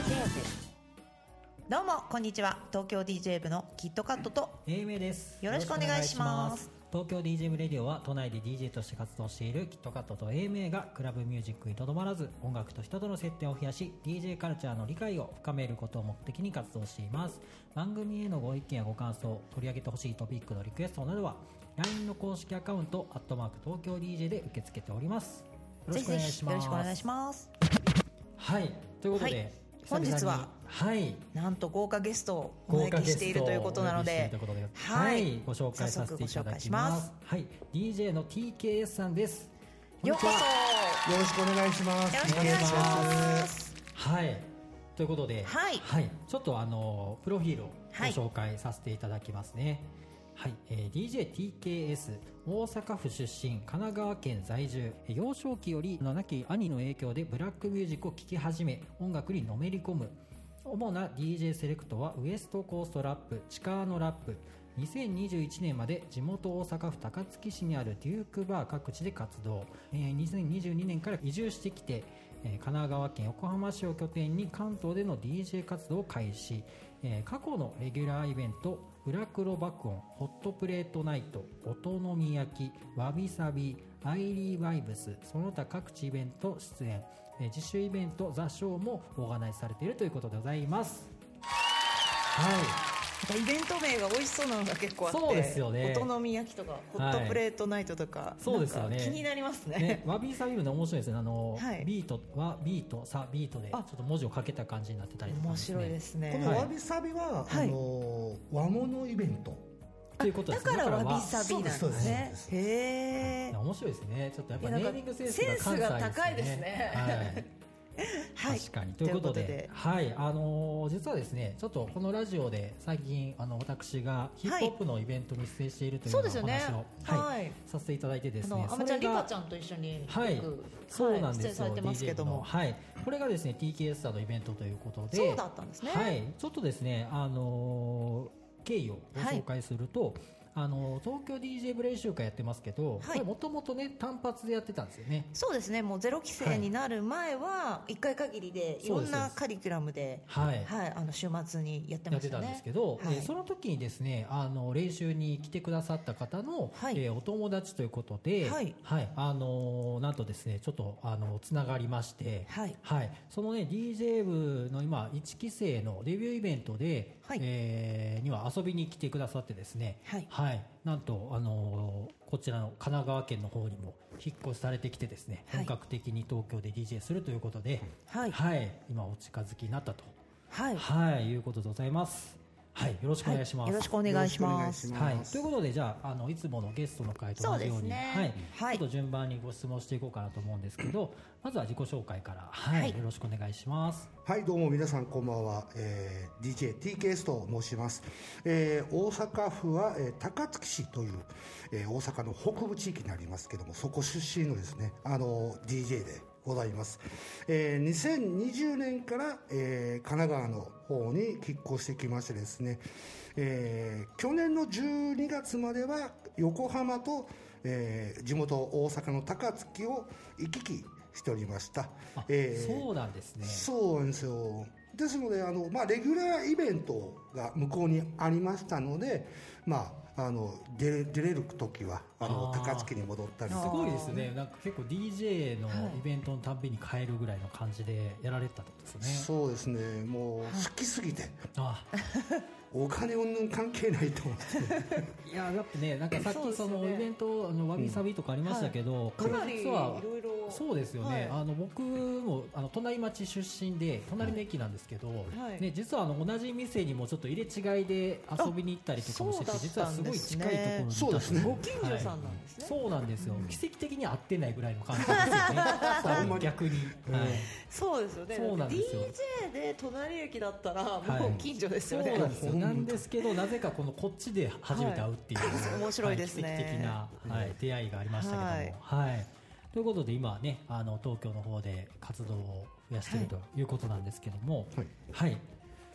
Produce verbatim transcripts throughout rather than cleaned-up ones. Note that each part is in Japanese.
ージェー 部。どうもこんにちは。東京 ディージェー 部のキットカットとエーエムエー です。 よろしくお願いします。 東京 ディージェー 部レディオは都内で ディージェー として活動しているキットカットと エーエムエー がクラブミュージックにとどまらず音楽と人との接点を増やし ディージェー カルチャーの理解を深めることを目的に活動しています。番組へのご意見やご感想、取り上げてほしいトピックのリクエストなどは ライン の公式アカウントアットマーク東京 ディージェー で受け付けております。よろしくお願いします。 ぜひぜひよろしくお願いします。 はい、ということで、はい、 本日は、はい、なんと豪華ゲストをお招きしているということなので、 はい、ご紹介させていただきます。はい、ディージェー の ティーケーエス さんです。 ようこそ。 よろしくお願いします。 よろしくお願いします。 はい、ということで、はい、はい、ちょっとあのプロフィールをご紹介させていただきますね。はい、えー、ディージェー ティーケーエス 大阪府出身、神奈川県在住。幼少期より亡き兄の影響でブラックミュージックを聴き始め音楽にのめり込む。主な ディージェー セレクトはウエストコーストラップ、地下のラップ。にせんにじゅういちねんまで地元大阪府高槻市にあるデュークバー各地で活動、えー、にせんにじゅうにねんから移住してきて、えー、神奈川県横浜市を拠点に関東での ディージェー 活動を開始、えー、過去のレギュラーイベント裏黒爆音、ホットプレートナイト、お好み焼き、わびさび、アイリーバイブス、その他各地イベント出演、えー、自主イベントザ・ショーもオーガナイズされているということでございます。はい、 イベント名が美味しそうなのが結構あって、 そうですよね、 お好み焼きとかホットプレートナイトとか、はい、 そうですよね、 気になりますね。 ね、わびさびもね面白いですね。あの、はい、ビートはビートさビートでちょっと文字をかけた感じになってたりとか、ね、 面白いですね。 このわびさびは、はい、あの和物イベントということです。 だからわびさびなんですね。 へえ、面白いですね。ちょっとやっぱネーミングセンスが関西ですね。 センスが高いですね。 はいはい、確かにということで、ということで、はい、あのー、実はですね、ちょっとこのラジオで最近あの私がヒップホップのイベントに出演しているというようなお話を、はいはい、させていただいてですね、 あまちゃんリカちゃんと一緒に、 はい、そうなんですよ、 出演されてますけども、 はい、これがですね ティーケーエス さんのイベントということで、 そうだったんですね。 はい、ちょっとですね、あのー、経緯をご紹介すると、はい、あの東京 ディージェー 部練習会やってますけど、もともとね単発でやってたんですよね。 そうですね、もうゼロ規制になる前はいっかい限りでいろんなカリキュラムで、はいはい、あの週末にやってましたね。 やってたんですけど、はい、その時にですね、あの練習に来てくださった方の、はい、えー、お友達ということで、はいはい、あのなんとですねちょっとあのつながりまして、はいはい、そのね ディージェー 部の今いちきせいのデビューイベントで、はい、えー、には遊びに来てくださってですね、はいはい、なんと、あのー、こちらの神奈川県の方にも引っ越しされてきてですね、はい、本格的に東京で ディージェー するということで、はいはい、今お近づきになったと、はいはい、いうことでございます。はい、よろしくお願いします。はい、 よろしくお願いします。 はい、ということで、じゃあ、あのいつものゲストの回と同じように、う、ね、はい、はい、ちょっと順番にご質問していこうかなと思うんですけど、まずは自己紹介から、はい、はい、よろしくお願いします。 はい、どうも皆さんこんばんは、えー、ディージェー ティーケーエス と申します。えー、大阪府は、えー、高槻市という、えー、大阪の北部地域になりますけども、そこ出身のですね、あの ディージェー でございます。えー、にせんにじゅうねんから、えー、神奈川の方に引っ越してきましてですね、えー、去年のじゅうにがつまでは横浜と、えー、地元大阪の高槻を行き来しておりました。 えー、そうなんですね。 そうなんですよ。ですのであの、まあ、レギュラーイベントが向こうにありましたので、まああの 出, 出れる時はあの高槻に戻ったりとか。 すごいですね。なんか結構 ディージェー のイベントのたんびに変えるぐらいの感じでやられてたってことですね。 そうですね、もう好きすぎて、あお金云々関係ないと思っていやだってね、なんかさっきそのイベント、あのわびさびとかありましたけど、うん、はい、 かなりいろいろ、 そうですよね、はい、あの僕もあの隣町出身で隣の駅なんですけど、はい、ね、実はあの同じ店にもちょっと入れ違いで遊びに行ったりとかもしてて、実はすごい近いところにいた。 そうですね、 ご近所さんなんですね。 はい、そうなんですよ、うん、奇跡的に会ってないぐらいの感じですよね逆に、はい、 そうですよね。 そうなんですよ。 ディージェー で隣駅だったらもう近所ですよね。 はい、そうなんですよ。なんですけどなぜかこのこっちで初めて会うっていう、 はい、面白いですね、 はい、奇跡的な、はい、出会いがありましたけども、はいはい、ということで今はね、あの東京の方で活動を増やしているということなんですけども、はいはい、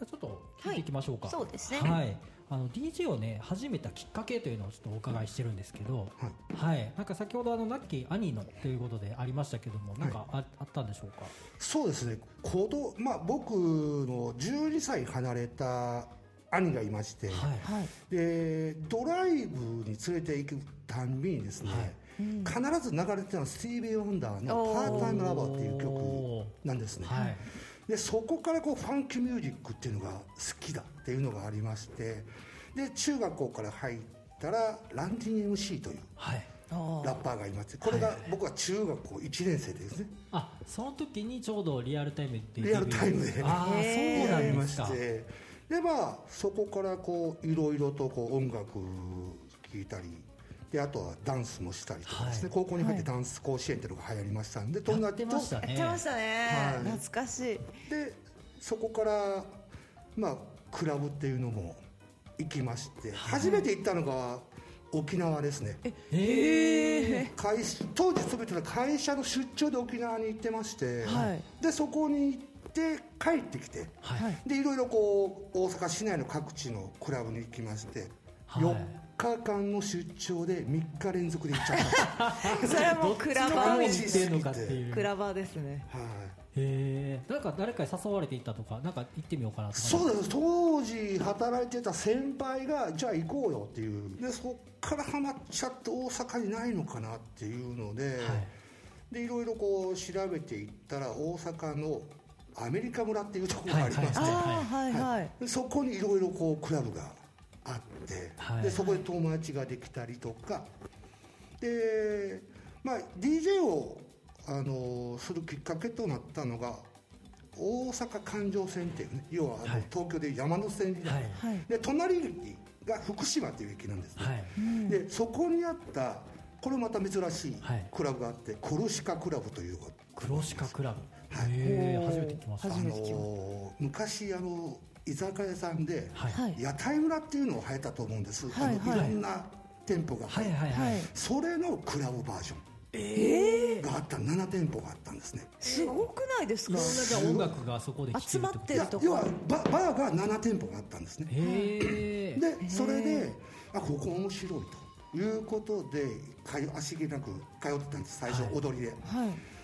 じゃあちょっと聞いていきましょうか。 はい、そうですね、 はい、あの ディージェー をね始めたきっかけというのをちょっとお伺いしてるんですけど、はい、はい、なんか先ほどあのナッキー兄のということでありましたけども、なんか あ,、はい、あったんでしょうか。 そうですね、子供、まあ、僕のじゅうにさい離れた兄がいまして、はい、でドライブに連れて行くたんびにですね、はい、うん、必ず流れてたのはスティービー・ワンダーの「パートタイム・ラバー」っていう曲なんですね。はい、でそこからこうファンキーミュージックっていうのが好きだっていうのがありまして、で中学校から入ったらランディング エムシー という、はい、ラッパーがいまして、これが僕は中学校いちねん生でですね。 あ、その時にちょうどリアルタイムでリアルタイムであそうなんですか。 でまあそこからこういろいろとこう音楽聴いたりで、あとはダンスもしたりとかですね、はい、高校に入ってダンス甲子園っていうのが流行りましたんで、 友達とやってましたね、 やってましたね、はい、懐かしい。 でそこからまあクラブっていうのも行きまして、はい、初めて行ったのが沖縄ですね。 えー、 会当時勤めてた会社の出張で沖縄に行ってまして、はい、でそこに行って帰ってきて、はい、でいろいろこう大阪市内の各地のクラブに行きまして、はい、よっかかんの出張でみっか連続で行っちゃったそれはもうクラバーしてんのかっていうクラバーですね。 はい、 へえ。なんか誰かに誘われて行ったとか、なんか行ってみようかなとか。 そうです。当時働いてた先輩がじゃあ行こうよっていう、でそっからハマっちゃって大阪にないのかなっていうので、はい、でいろいろこう調べていったら大阪のアメリカ村っていうところがありまして、 はいはい、 そこにいろいろこうクラブがあって、はい、でそこで友達ができたりとかで、まあ、ディージェー をあのするきっかけとなったのが大阪環状線っていうね、要はあの、はい、東京で山手線時代、はい、で隣駅が福島っていう駅なんですね、はい、でそこにあったこれまた珍しいクラブがあって、はい、コルシカクラブというコルシカクラブ、 はい、 へー初めて聞きました。 あの昔あの居酒屋さんで、はい、屋台村っていうのを流行ったと思うんです、はい、あのいろんな店舗が、はいはいはい、それのクラブバージョン、えー、があったなな店舗があったんですね。 すごくないですか。 じゃあ音楽がそこで聴ける集まってるとこ。 要は バ, バーがなな店舗があったんですね。 へでそれであここ面白いということで足気なく通ってたんです、最初、はい、踊りで、はい、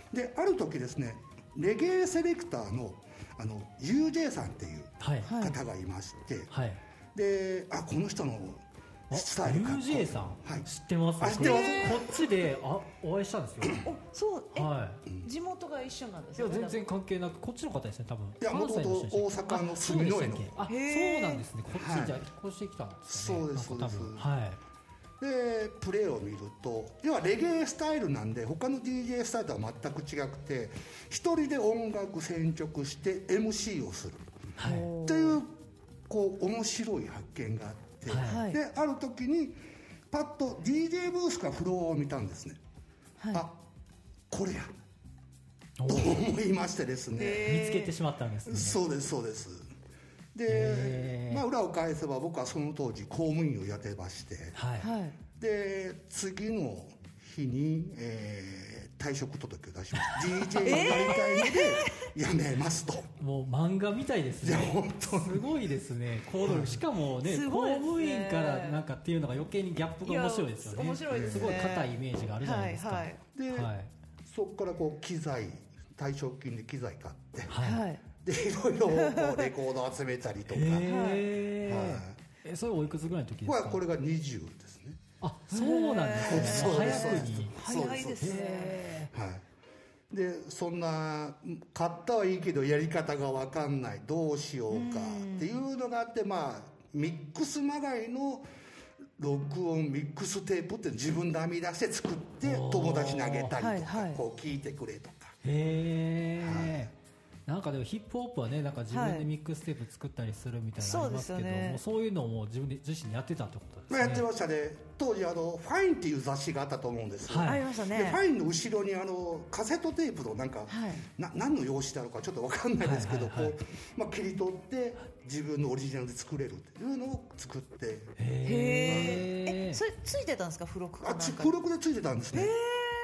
である時ですね、レゲエセレクターのあの ユージェー さんっていう方がいまして、はい、であこの人のスタイルかっこいい。 ユージェー さん、はい、知ってます。 あ知ってます。 こっちであお会いしたんですよ。 おそうえ、 はい、 地元が一緒なんですか。 いや全然関係なくこっちの方ですね多分。 いやもともと大阪の住之江の。 あそうなんですね。こっちじゃ引っ越してきたんですね。 そうですそうです。 はい。 でプレーを見ると要はレゲエスタイルなんで他の ディージェー スタイルとは全く違くて、一人で音楽選曲して エムシー をする、はい、っていうこう面白い発見があって、はい、である時にパッと ディージェー ブースかフロアを見たんですね、はい、あこれやと思いましてですね、 見つけてしまったんですね。 そうですそうです。で、まあ、裏を返せば僕はその当時公務員をやってまして、はい、で次の日に、えー、退職届を出しました。 ディージェー になりたいので辞めますと。 もう漫画みたいですね。 本当すごいですね。行動しかもね、公務員からなんかっていうのが余計にギャップが面白いですよね。 面白いですね。 すごい硬いイメージがあるじゃないですか、はいはい、 で、はい、そこからこう機材退職金で機材買って、はい、でいろいろこうレコード集めたりとか。 へー、はい、えそれおいくつぐらいの時ですか。 これがにじゅうですね。 あそうなんですね。早くに早いですね。 はい、でそんな買ったはいいけどやり方が分かんない、どうしようかっていうのがあって、まあミックスまがいの録音ミックステープって自分で編み出して作って友達にあげたりとか、はいはい、こう聞いてくれとか。 へえ、はい、なんかでもヒップホップはね、なんか自分でミックステープ作ったりするみたいなのありますけど、はい、そうですよね、もうそういうのをもう自分で自身でやってたってことですね。 やってましたね。当時あのファインっていう雑誌があったと思うんです、 はい、ありましたね。 でファインの後ろにあのカセットテープのなんか、はい、な何の用紙だろうかちょっと分かんないですけど、はいはいはい、こう、まあ、切り取って自分のオリジナルで作れるっていうのを作って。へえ、それついてたんですか、付録かなんか。 あ付録でついてたんですね。へ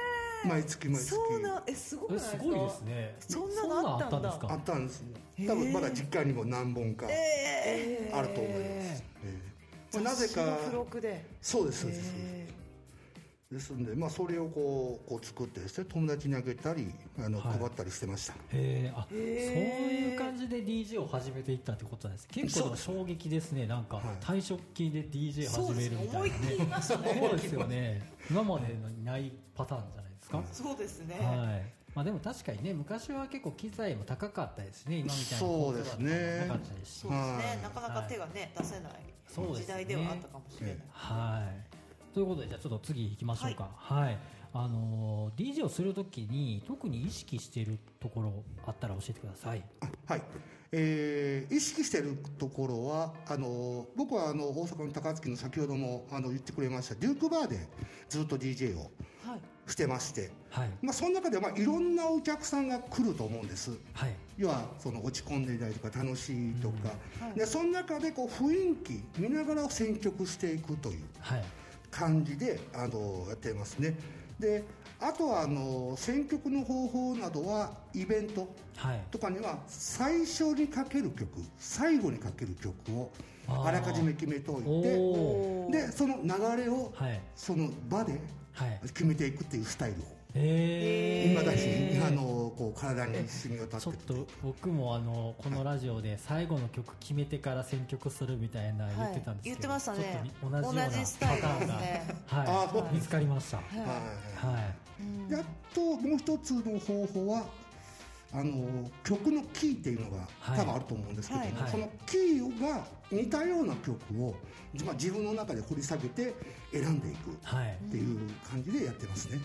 毎月毎月。 そうな、え、すごくないですか？ すごいですね。 そんなのあったんだ。 あったんです。多分まだ実家にも何本かあると思います。えー、なぜか付録で。 そうですそうです。ですんで、まあ、それをこうこう作ってですね、友達にあげたりあの、はい、配ったりしてました。 へー、あ、そういう感じで ディージェー を始めていったってことなんです。結構衝撃ですね。なんか退職金で ディージェー 始めるみたいな、ね、 思い切りましたね。 そうですよね。今までのないパターンじゃないですか。 そうですね。 はい。まあ、でも確かにね、昔は結構機材も高かったですね。今みたいなコントローラーとかもなかったですし、そうですね、なかなか手がね、出せない時代ではあったかもしれない。 はい。ということで、じゃあちょっと次行きましょうか。はい、はい、あの ディージェー をするときに特に意識しているところあったら教えてください。 はい、えー、意識しているところは、あの僕はあの大阪の高槻の先ほどもあの言ってくれましたデュークバーでずっと ディージェー をしてまして、はい、まあ、その中でまあいろんなお客さんが来ると思うんです。はい、要はその落ち込んでいたりとか楽しいとか、うん、はい、でその中でこう雰囲気見ながら選曲していくという、はい、感じであのやっていますね。であとはあの選曲の方法などはイベントとかには最初にかける曲、最後にかける曲をあらかじめ決めておいて、でその流れをその場で決めていくっていうスタイルを、えー、今だしあのこう体に染み渡ってる。 ちょっと僕もあのこのラジオで最後の曲決めてから選曲するみたいな言ってたんですけど、はい、 言ってましたね。 ちょっと同じようなパターンが、ね、はい、見つかりました。はいはいはい、やっともう一つの方法はあの曲のキーっていうのが多分あると思うんですけども、はいはい、そのキーが似たような曲を、まあ、自分の中で掘り下げて選んでいくっていう感じでやってますね。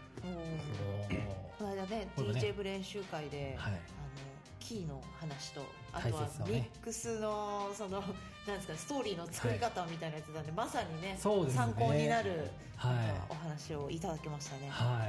この間ね ディージェー 部練習会で、はい、あのキーの話とあとはミックスのそのなんですかストーリーの作り方みたいなやつなんで、はい、まさに ね, そうですね参考になる、はい、お話をいただきましたね。はい、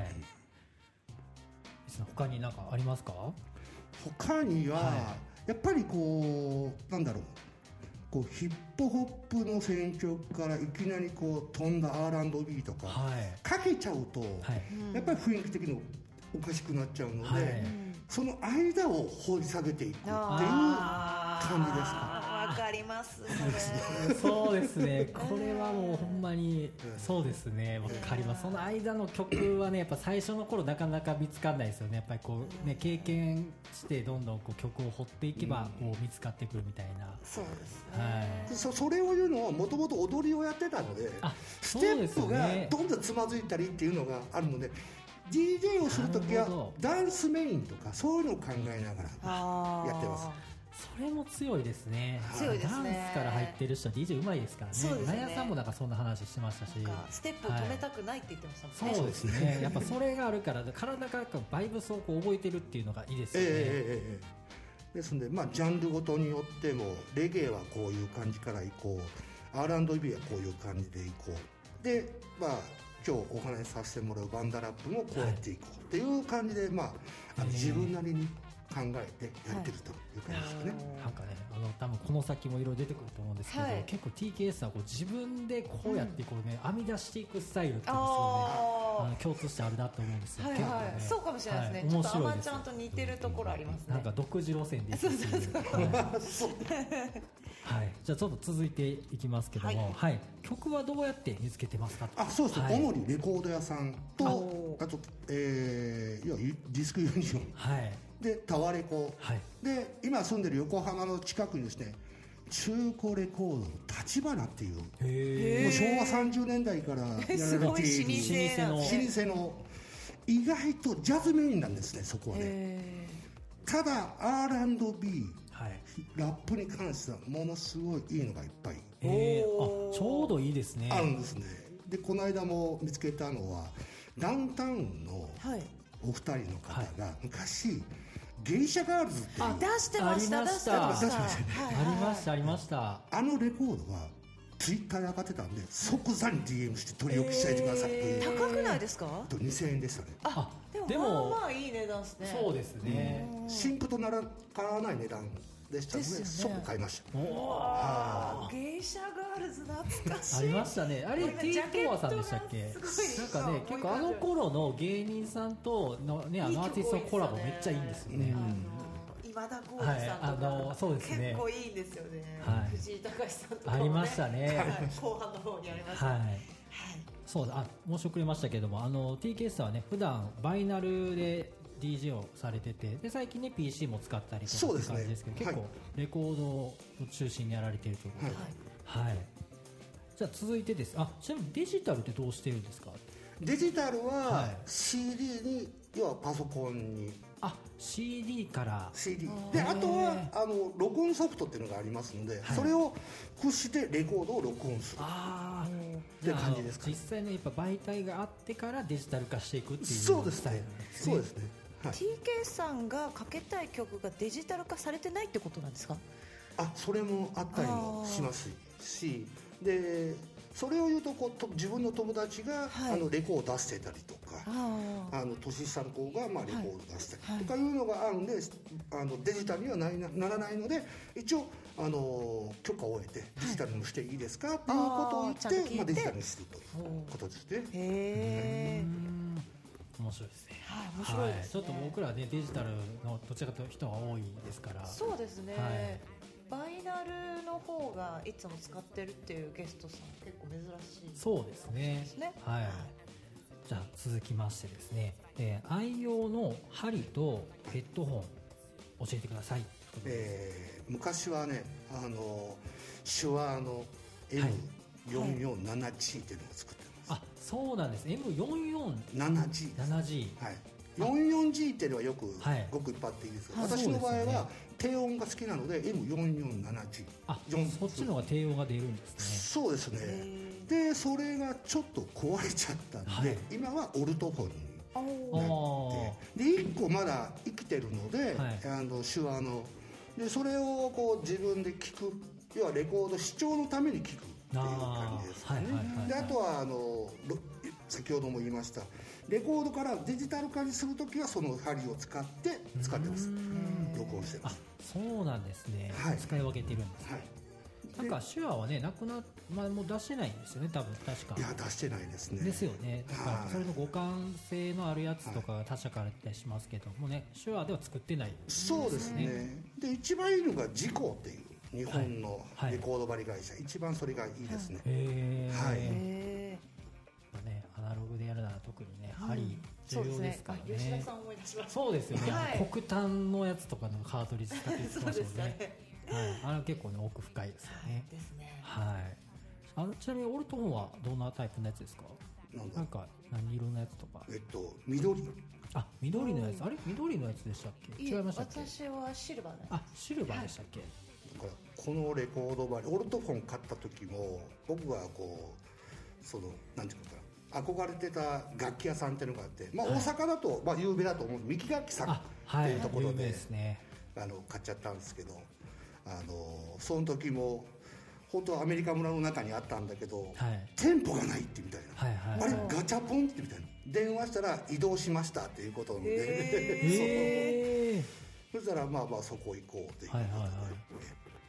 他に何かありますか？ 他には、はい、やっぱりこうなんだろうこうヒップホップの選曲からいきなりこう飛んだ アールアンドビー とか、はい、かけちゃうと、はい、やっぱり雰囲気的におかしくなっちゃうので、はい、その間を掘り下げていくっていう感じですか。 わかりますそうですね、これはもうほんまにそうですね、わかります。その間の曲はねやっぱ最初の頃なかなか見つかんないですよね。やっぱりこうね経験してどんどんこう曲を掘っていけばこう見つかってくるみたいな。 そうですね、 はい、そ, それを言うのはもともと踊りをやってたので、ステップがどんどんつまずいたりっていうのがあるので、ディージェー をするときはダンスメインとかそういうのを考えながらやってます。 それも強いですね。 強いですね。 ダンスから入ってる人は ディージェー うまいですからね。そうですね。ナヤさんもなんかそんな話してましたし、 ステップを止めたくないって言ってましたもんね。 そうですね。やっぱそれがあるから体がバイブスをこう覚えてるっていうのがいいですよね。えーえー、ですので、まあ、ジャンルごとによってもレゲエはこういう感じからいこう、 アールアンドビー はこういう感じでいこうで、まあ、今日お話しさせてもらうバンダラップもこうやっていこうっていう感じで、まあ、あの自分なりに考えてやってるという感じですかね。はい、 なんかね、あの多分この先もいろいろ出てくると思うんですけど、はい、結構 ティーケーエス はこう自分でこうやってこう、ね、うん、編み出していくスタイルっていうのがすごい、ね、共通してあるなと思うんですよ。 はいはい、結構ね、そうかもしれないですね。はい、ちょっとアマちゃんと似てるところありますね。 なんか独自路線でいくっていう。そうそうそうはい、じゃあちょっと続いていきますけども、はいはい、曲はどうやって見つけてますか？ あ、そうですね、はい、主にレコード屋さんと あ, あと、えー、いやディスクユニオン、はい、でタワレコ、はい、で今住んでる横浜の近くにですね中古レコードの立花っていうもう昭和さんじゅうねんだいからやられているすごい老舗の老舗の意外とジャズメインなんですね。そこはね、ただ アールアンドビー、はい、ラップに関してはものすごいいいのがいっぱい、 えー、あちょうどいいですね。 あるんですね。でこの間も見つけたのはダウンタウンのお二人の方が昔ゲイシャガールズっていう、 あ、出してました出してました、ありましたありました。 あのレコードがツイッターで上がってたんで即座に ディーエム して取り置きしといてくださいという、 えー、高くないですか？ にせんえんでしたね。 あ、でもまあまあいい値段ですね。 そうですね、 新譜となら変わらない値段でしたので、即買いました。 おー、ゲイシャガールズ懐ありましたね。あれ T コアさんでしたっけ？なんかね、結構あの頃の芸人さんとのね、あのアーティストのコラボめっちゃいいんですよね。 今田耕司さんとか、はい、あのそうですね、結構いいんですよね、はい、藤井隆さんとか、ね、 ありましたね、はい、 後半の方にありました、ね、はいはい、 そうだ、あ、申し遅れましたけども、あの ティーケーエス さんはね、普段バイナルで ディージェー をされてて、で最近ね ピーシー も使ったりとかって感じですけど、結構レコードを中心にやられているということで、はい、はい、じゃあ続いてです。あ、ちなみにデジタルってどうしてるんですか？ デジタルは シーディー に、要はパソコンに、 あ、シーディー からシーディー で、あとはあの録音ソフトっていうのがありますので、はい、それを駆使してレコードを録音するっていう感じですか、ね、 実際のやっぱ媒体があってからデジタル化していくっていうスタイルなんですね。 そうですね、 はい、ティーケー さんがかけたい曲がデジタル化されてないってことなんですか？ あ、それもあったりもしますし、でそれを言うと、こうと自分の友達が、はい、あのレコードを出してたりとか、あの年下の子がまあレコードを出したりとかいうのがあるんで、はい、あのデジタルにはなりな、ならないので、一応あの許可を得てデジタルにしていいですか、はい、っていうことを言って、まあ、デジタルにするということですね。 へー、面白いですね。 はい、面白いですね。はい、 ちょっと僕らね、デジタルのどちらかというと人が多いですから。 そうですね、はい、バイナルの方がいつも使ってるっていうゲストさん結構珍しい。 そうですね。はい。じゃあ続きましてですね、えー、愛用の針とヘッドホン教えてください。 えー、昔はね、あの手話の エムよんよんななジー っていうのを作ってます。 あ、そうなんです。エムよんよんななジーななジー、 はい、よんじゅうよんジー っていうのはよく、はい、ごくいっぱいあっていいですけど、私の場合は低音が好きなので エムよんよんななジー、 あ、そっちの方が低音が出るんですね。 そうですね。でそれがちょっと壊れちゃったんで、はい、今はオルトフォンになってでいっこまだ生きてるので、はい、あの手話のでそれをこう自分で聞く、要はレコード視聴のために聞くっていう感じですかね。であとはあの先ほども言いましたレコードからデジタル化にするときはその針を使って使ってます。録音してます。 あ、そうなんですね、はい、使い分けてるんですね、はい、なんか手話はねなくな、まあ、もう出してないんですよね多分。確かいや出してないですね。 ですよね。だからそれの互換性のあるやつとかが他社から出たりしますけどもね、手話では作ってない、ね、 そうですね。で一番いいのがジコっていう日本のレコード針会社、はい、一番それがいいですね。 へー、 はい、 へー、ね、アナログでやるなら特にね、うん、針重要ですからね。 吉田さん思い出しました。 そうですよね、はい、黒炭のやつとかのカートリッジ使ってましたもんね。はい、あれ結構ね奥深いですよね。 ですね。 はい。あのちなみにオルトフォンはどんなタイプのやつですか？なんだ。なんか何色のやつとか。 えっと緑。 あ、緑のやつ。あれ緑のやつでしたっけ？違いましたっけ？ 私はシルバーです。 あ、シルバーでしたっけ？はい、 だからこのレコード針オルトフォン買った時も僕がこうそのなんていうかな。憧れてた楽器屋さんっていうのがあって、まあ、大阪だと、はい、まあ、有名だと思う三木楽器さんっていうところで、はい、ね、あの買っちゃったんですけど、あのその時も本当はアメリカ村の中にあったんだけど、はい、店舗がないってみたいな、はいはい、あれガチャポンってみたいな、電話したら移動しましたっていうことなので、えー、そしたらまあまあそこ行こうということで、はいはいはい、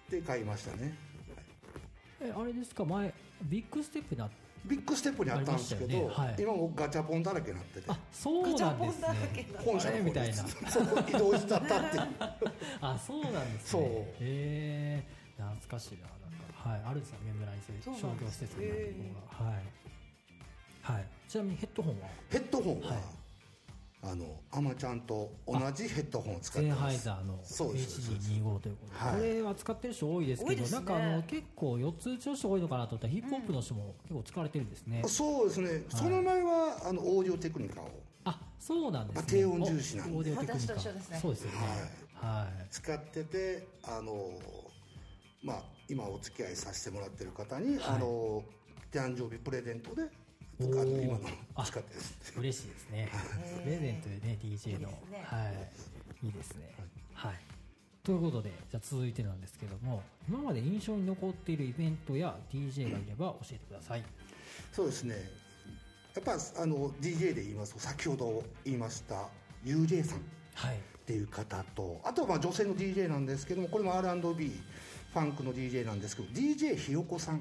で買いましたね。 はい、えあれですか、前ビッグステップにあってビッグステップにあったんですけど、ね、はい、今もガチャポンだらけになってて。 あ、そうなんですね。 本社の方みたいなそこ移動しちゃったっていうあ、そうなんですね。そう、へえー、懐かしいな。なんか、はい、あるんですよ、メムライズ商業施設みたいなところが、はいはい。ちなみにヘッドホンはヘッドホンは、はい、あのアマちゃんと同じヘッドホンを使ってます。 ゼンハイザーの エイチジーにじゅうご ということで、はい、これは使ってる人多いですけど、ね、なんかあの結構よっつ打ちの人多いのかなと思ったらヒップホップの人も結構使われてるんですね。 うん、そうですね、はい、その前はあのオーディオテクニカを、 あ、そうなんですね、 低音重視なんでオーディオテクニカ、そうですよね、はいはい、 使ってて、あのまあ今お付き合いさせてもらってる方に、はい、あの誕生日プレゼントで今の使ってです。 嬉しいですね。プレゼントでね ディージェー の、いいですね、はい、いいですね。はい。はい、ということでじゃあ続いてなんですけども、今まで印象に残っているイベントや ディージェー がいれば教えてください。うん、 そうですね。やっぱあの ディージェー で言いますと先ほど言いました ユージェー さんっていう方と、はい、あとはまあ女性の ディージェー なんですけども、これも アールアンドビー ファンクの ディージェー なんですけど ディージェー ひよこさん。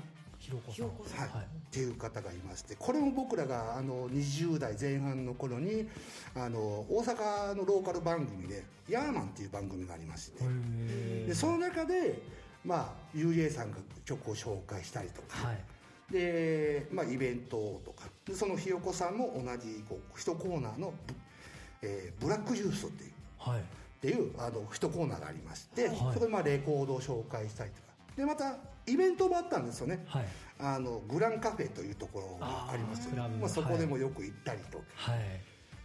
ひろこさん、 はいはい、っていう方がいまして、これも僕らがあのにじゅう代前半の頃にあの大阪のローカル番組でヤーマンっていう番組がありまして、でその中で、まあ、ユージェー さんが曲を紹介したりとか、はい、でまあ、イベントとかで、そのひよこさんも同じこう一コーナーの、えー、ブラックジュースっていう、はい、っていうあの一コーナーがありまして、はい、そこでまあレコードを紹介したりとかで、またイベントもあったんですよね、はい、あのグランカフェというところがありますよね、まあ、そこでもよく行ったりとか、はい、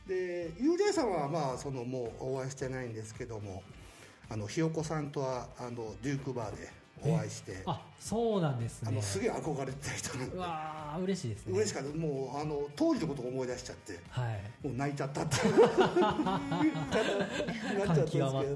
で ユージェー さんはまあそのもうお会いしてないんですけども、あのひよこさんとはあのデュークバーでお会いして、 あ、そうなんですね。 あのすげえ憧れてた人なんで、 うわー嬉しいですね。 嬉しかった。もうあの当時のことを思い出しちゃって、はい、もう泣いちゃったってなっちゃったんですけどね、はい、はい、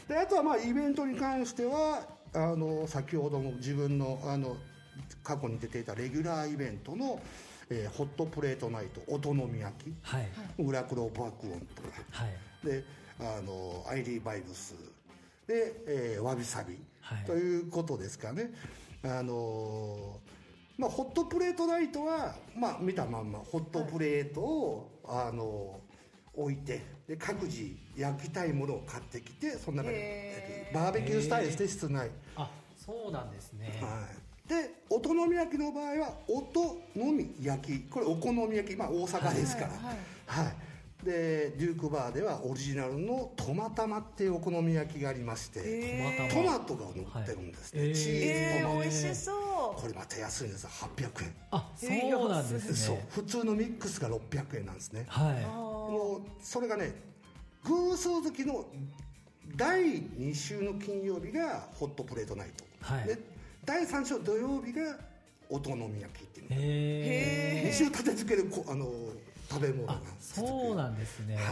であとはまあイベントに関してはあの先ほども自分のあの過去に出ていたレギュラーイベントの、えー、ホットプレートナイト音のみ焼き、はい、裏黒爆音とか、はい、であのアイリーバイブスで、えー、わびさび、はい、ということですかね。あのーまあ、ホットプレートナイトは、まあ、見たまんまホットプレートを、はい、あのー、置いてで各自焼きたいものを買ってきて、その中でバーベキュースタイルして室内、 あ、そうなんですね、 はい、でお好み焼きの場合は音のみ焼き、これお好み焼き、まあ、大阪ですから、はい、はいはい、でデュークバーではオリジナルのトマタマっていうお好み焼きがありまして、えー、トマトが乗ってるんですね、はい、チーズトマト、 えー、美味しそう。 これまた安いんです、はっぴゃくえん。 あ、そうなんですね。そう、 普通のミックスがろっぴゃくえんなんですね、はい、もうそれがね、偶数月のだいに週の金曜日がホットプレートナイト、はい、でだいさん週土曜日がお好み焼きっていうの、へー、に週立て付けるあの食べ物が、 そうなんですね、はい 、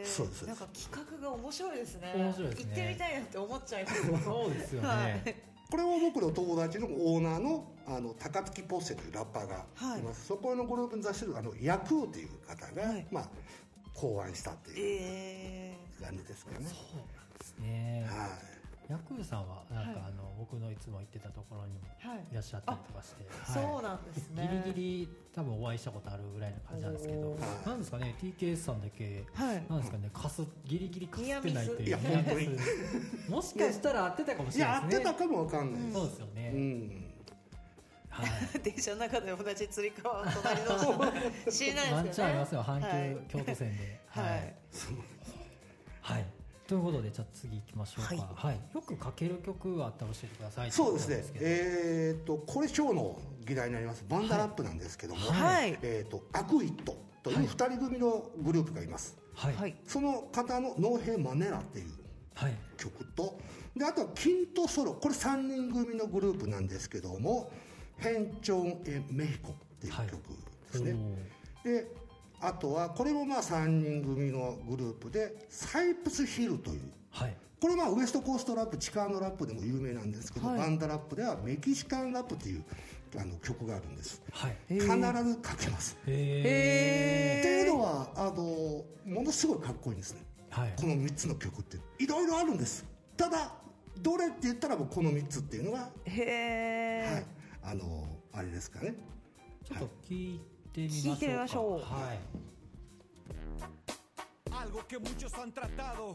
そうです。 なんか企画が面白いですね。 面白いですね。 行ってみたいなって思っちゃいます。 そうですよね、はい、 これは僕の友達のオーナーのあの高槻ポッセというラッパーがいます、はい、そこのグループに出してるあのヤクーという方が、はい、まあ、考案したっていう感じですかね、えー、 そうなんですね、はい、ヤクーさんはなんか、はい、あの僕のいつも行ってたところにもいらっしゃったりとかして、 はい、そうなんですね、 ギリギリ多分お会いしたことあるぐらいな感じなんですけど、なんですかね ティーケーエス さんだけ、はい、なんですかね、かすギリギリかすってないという、いや本当にもしかしたら合ってたかもしれないですね。 いや合ってたかもわかんない、 うん、そうですよね、うん、 はい、電車の中で同じつり革の隣同士知らないですけどね、 ワンチャンありますよ、阪急、はい、京都線で、はい、はい、はいということで、じゃあ次行きましょうか、はいはい、よくかける曲があったら教えてください。 そうですね、えー、とこれ今日の議題になりますバンダラップなんですけども、はい、えー、とアクイットというふたり組のグループがいます、はい、その方のノーヘイマネラっていう曲と、はい、であとはキントソロ、これさんにん組のグループなんですけども、ヘンチョン・エ・メヒコっていう曲ですね、はい、であとはこれもまあさんにん組のグループでサイプスヒルという、はい、これまあウエストコーストラップ、地下のラップでも有名なんですけど、はい、バンダラップではメキシカンラップというあの曲があるんです、はい、必ずかけます。へーっていうのはあのものすごいかっこいいんですね、はい、このみっつの曲っていろいろあるんです。ただどれって言ったらもうこのみっつっていうのが、へー、はい、あのあれですかね、 ちょっと聞いて聞いてみましょう。はい。Algo que muchos han tratado,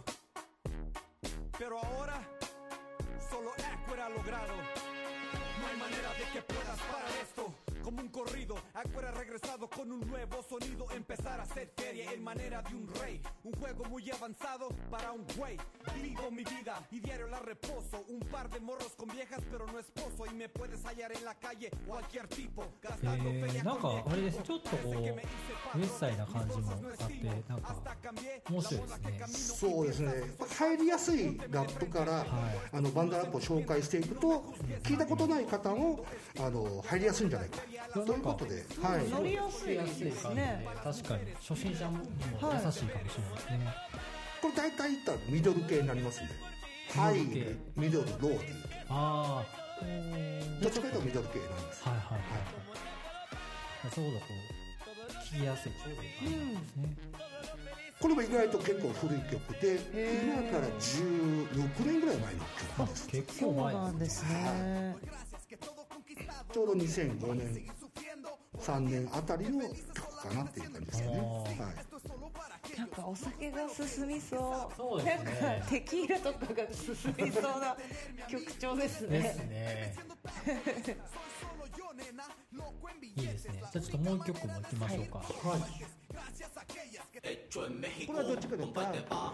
pero ahora solo Aqua ha logrado. No hay manera de que puedas parar esto. Como un corrido, Aqua ha regresado con un nuevo sonido. Empezar a hacer feria en manera de un rey. Un juego muy avanzado para un güey. Vivo mi vida y diario la reposo. Un par de morros con viejas, pero no esposo. Y me puedes hallar en la calle cualquier tipo. Gastando feria con mi equipo. なんかあれです、ちょっとこうウエスサイな感じもあって、なんか面白いですね。 そうですね。入りやすいラップから、はい、あのバンドラップを紹介していくと、聞いたことない方もあの入りやすいんじゃないか。ということで、はい、 乗りやすいですね。 確かに初心者も優しいかもしれないですね。 これ大体いったらミドル系になりますんで、ハイ、ミドル、ローという。ああ、どっちかというとミドル系なんです。はいはいはい。 ちょうどこう聞きやすいちょうどいい感じですね。 これも意外と結構古い曲で、今からじゅうろくねんぐらい前の曲です。 結構前なんですね。 ちょうどにせんごねんさんねんあたりの曲かなっていう感じですよね、はい、 なんかお酒が進みそう、 そうですね、 なんかテキーラとかが進みそうな曲調ですね。 ですねいいですね。じゃあちょっともう一曲もいきましょうか。 はい、これはどっちかというと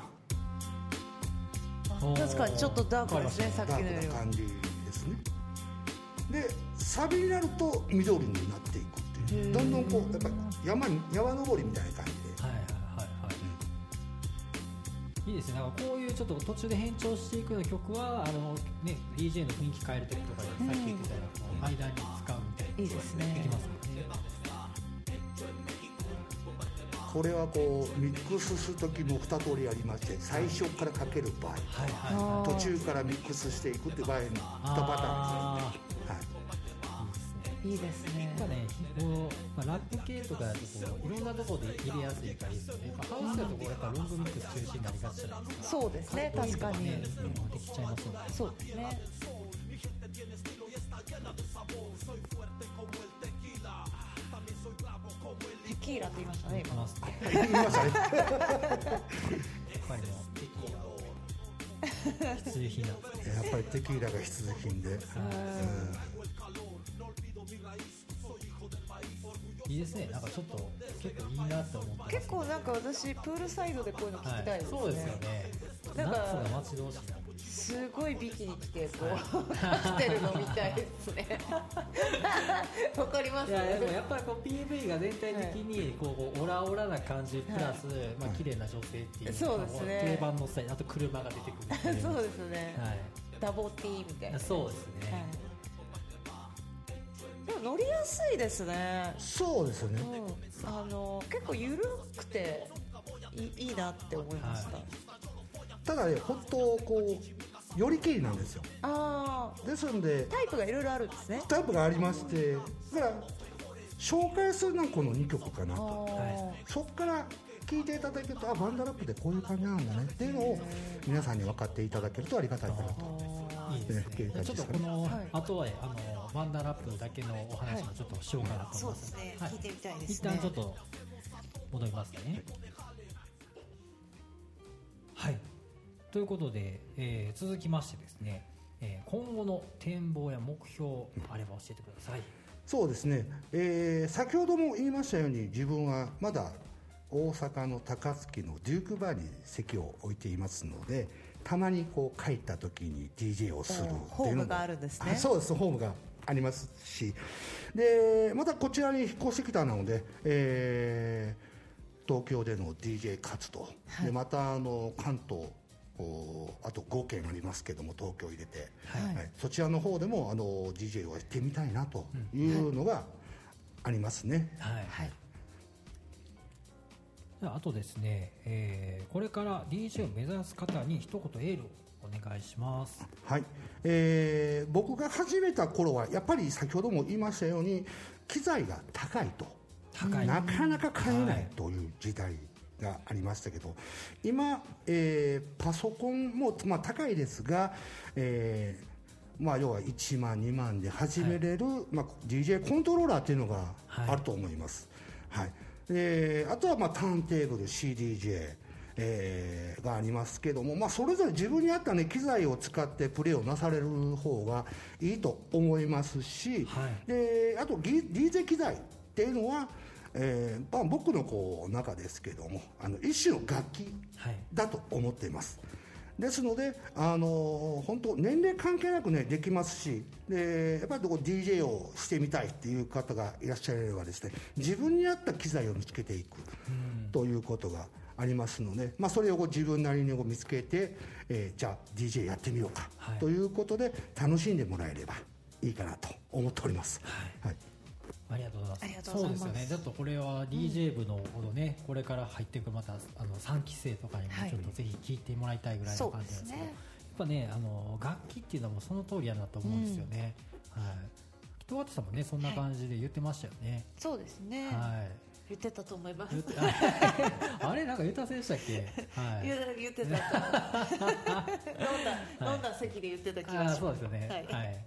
確かにちょっとダークですね、さっきのよりは。 ダークな感じですね。でサビになると緑になっていくっていう、どんどんこうやっぱり山に山登りみたいな感じで、 はいはいはいはい、うん、いいですね。なんかこういうちょっと途中で変調していくような曲はあの、ね、ディージェー の雰囲気変える時とかで、さっき言ってたような間に使うみたいな、 いいですね、 できますよね。 これはこうミックスする時もに通りありまして、最初からかける場合、はいはい、途中からミックスしていくっていう場合のにパターンですね。 いいですね。 やっぱね、こう、まあ、ラップ系とかだとこういろんなところで入れやすいからいいですよね。ハウスだとこうやっぱロングミックス中心になりがちじゃないですか。 そうですね、確かに。 できちゃいますよね。 そうですね。テキーラって言いましたね、今。 言いましたね。 やっぱりもうテキーラは必需品なんですね。 やっぱりテキーラが必需品で。うんいいですね。なんかちょっと結構いいなと思ってます、ね、 結構なんか私プールサイドでこういうの聞きたいですね、 はい、そうですよね。 なんか待ち遠しいな、 すごいビキに来てこう来てるのみたいですね。わかります。 いやでもやっぱりこう ピーブイ が全体的にこうオラオラな感じプラス、はい、まあ綺麗な女性っていう、 そうですね、 定番のスタイル、あと車が出てくるそうですね、はい、ダボティみたいな、 そうですね、はい、 でも乗りやすいですね。 そうですよね、 うん、あの結構緩くてい い, いいなって思いました、はい、 ただね、本当こう寄り切りなんですよ。 あですのでタイプがいろいろあるんですね。 タイプがありまして、だから紹介するのはこのにきょくかなと、はい、そこから聞いていただけると、あ、バンドラップでこういう感じなんだねっていうのを皆さんに分かっていただけるとありがたいかなと。 いいですね。ちょっとこの、はい、後はあのバンダラップだけのお話もちょっとしようかなと思います、 はい、そうですね、はい、聞いてみたいですね。 一旦ちょっと戻りますね。はい、ということで、えー、続きましてですね、えー、今後の展望や目標あれば教えてください。 そうですね、えー、先ほども言いましたように、自分はまだ大阪の高槻のデュークバーに席を置いていますので、たまにこう帰った時に ディージェー をするっていうのも、 ホームがあるんですね。 そうです、ホームがありますし、でまたこちらに引っ越してきたので、えー、東京での ディージェー 活動、はい、でまたあの関東、あとごけんありますけども、東京入れて、はいはい、そちらの方でもあの ディージェー をやってみたいなというのがありますね。 はい、はい、あとですね、えー、これから ディージェー を目指す方に一言エールをお願いします。 はい、えー、僕が始めた頃はやっぱり先ほども言いましたように、機材が高いと、高い、なかなか買えないという時代がありましたけど、今、えー、パソコンも、まあ、高いですが、えーまあ、要はいちまんにまんで始めれる、はい、まあ、ディージェー コントローラーっていうのがあると思います。はい、はい、えー、あとはまあターンテーブル シーディージェー、えー、がありますけども、まあ、それぞれ自分に合った、ね、機材を使ってプレーをなされる方がいいと思いますし、はい、であと ディージェー 機材っていうのは、えーまあ、僕のこう中ですけども、あの一種の楽器だと思っています。はい、ですので、あの本当年齢関係なくねできますし、でやっぱりこう ディージェー をしてみたいっていう方がいらっしゃればですね、自分に合った機材を見つけていくということがありますので、まあ、それをこう自分なりにこう見つけて、えー、じゃあ ディージェー やってみようか、はい、ということで楽しんでもらえればいいかなと思っております。はい、はい、 ありがとうございます。ありがとうございます。そうですよね。ちょっとこれは ディージェー 部のほどね、うん、これから入っていくまたあのさんき生とかにもちょっとぜひ聞いてもらいたいぐらいの感じなんですけど、はい、やっぱね、あの楽器っていうのもその通りやなと思うんですよね。うん、はい。北畑さんもねそんな感じで言ってましたよね。はい、 そうですね。はい。言ってたと思います。 あれなんか言ったせでしたっけ？はい。 言ってた。飲んだ飲んだ席で言ってた気がします。 そうですよね。はい。はい、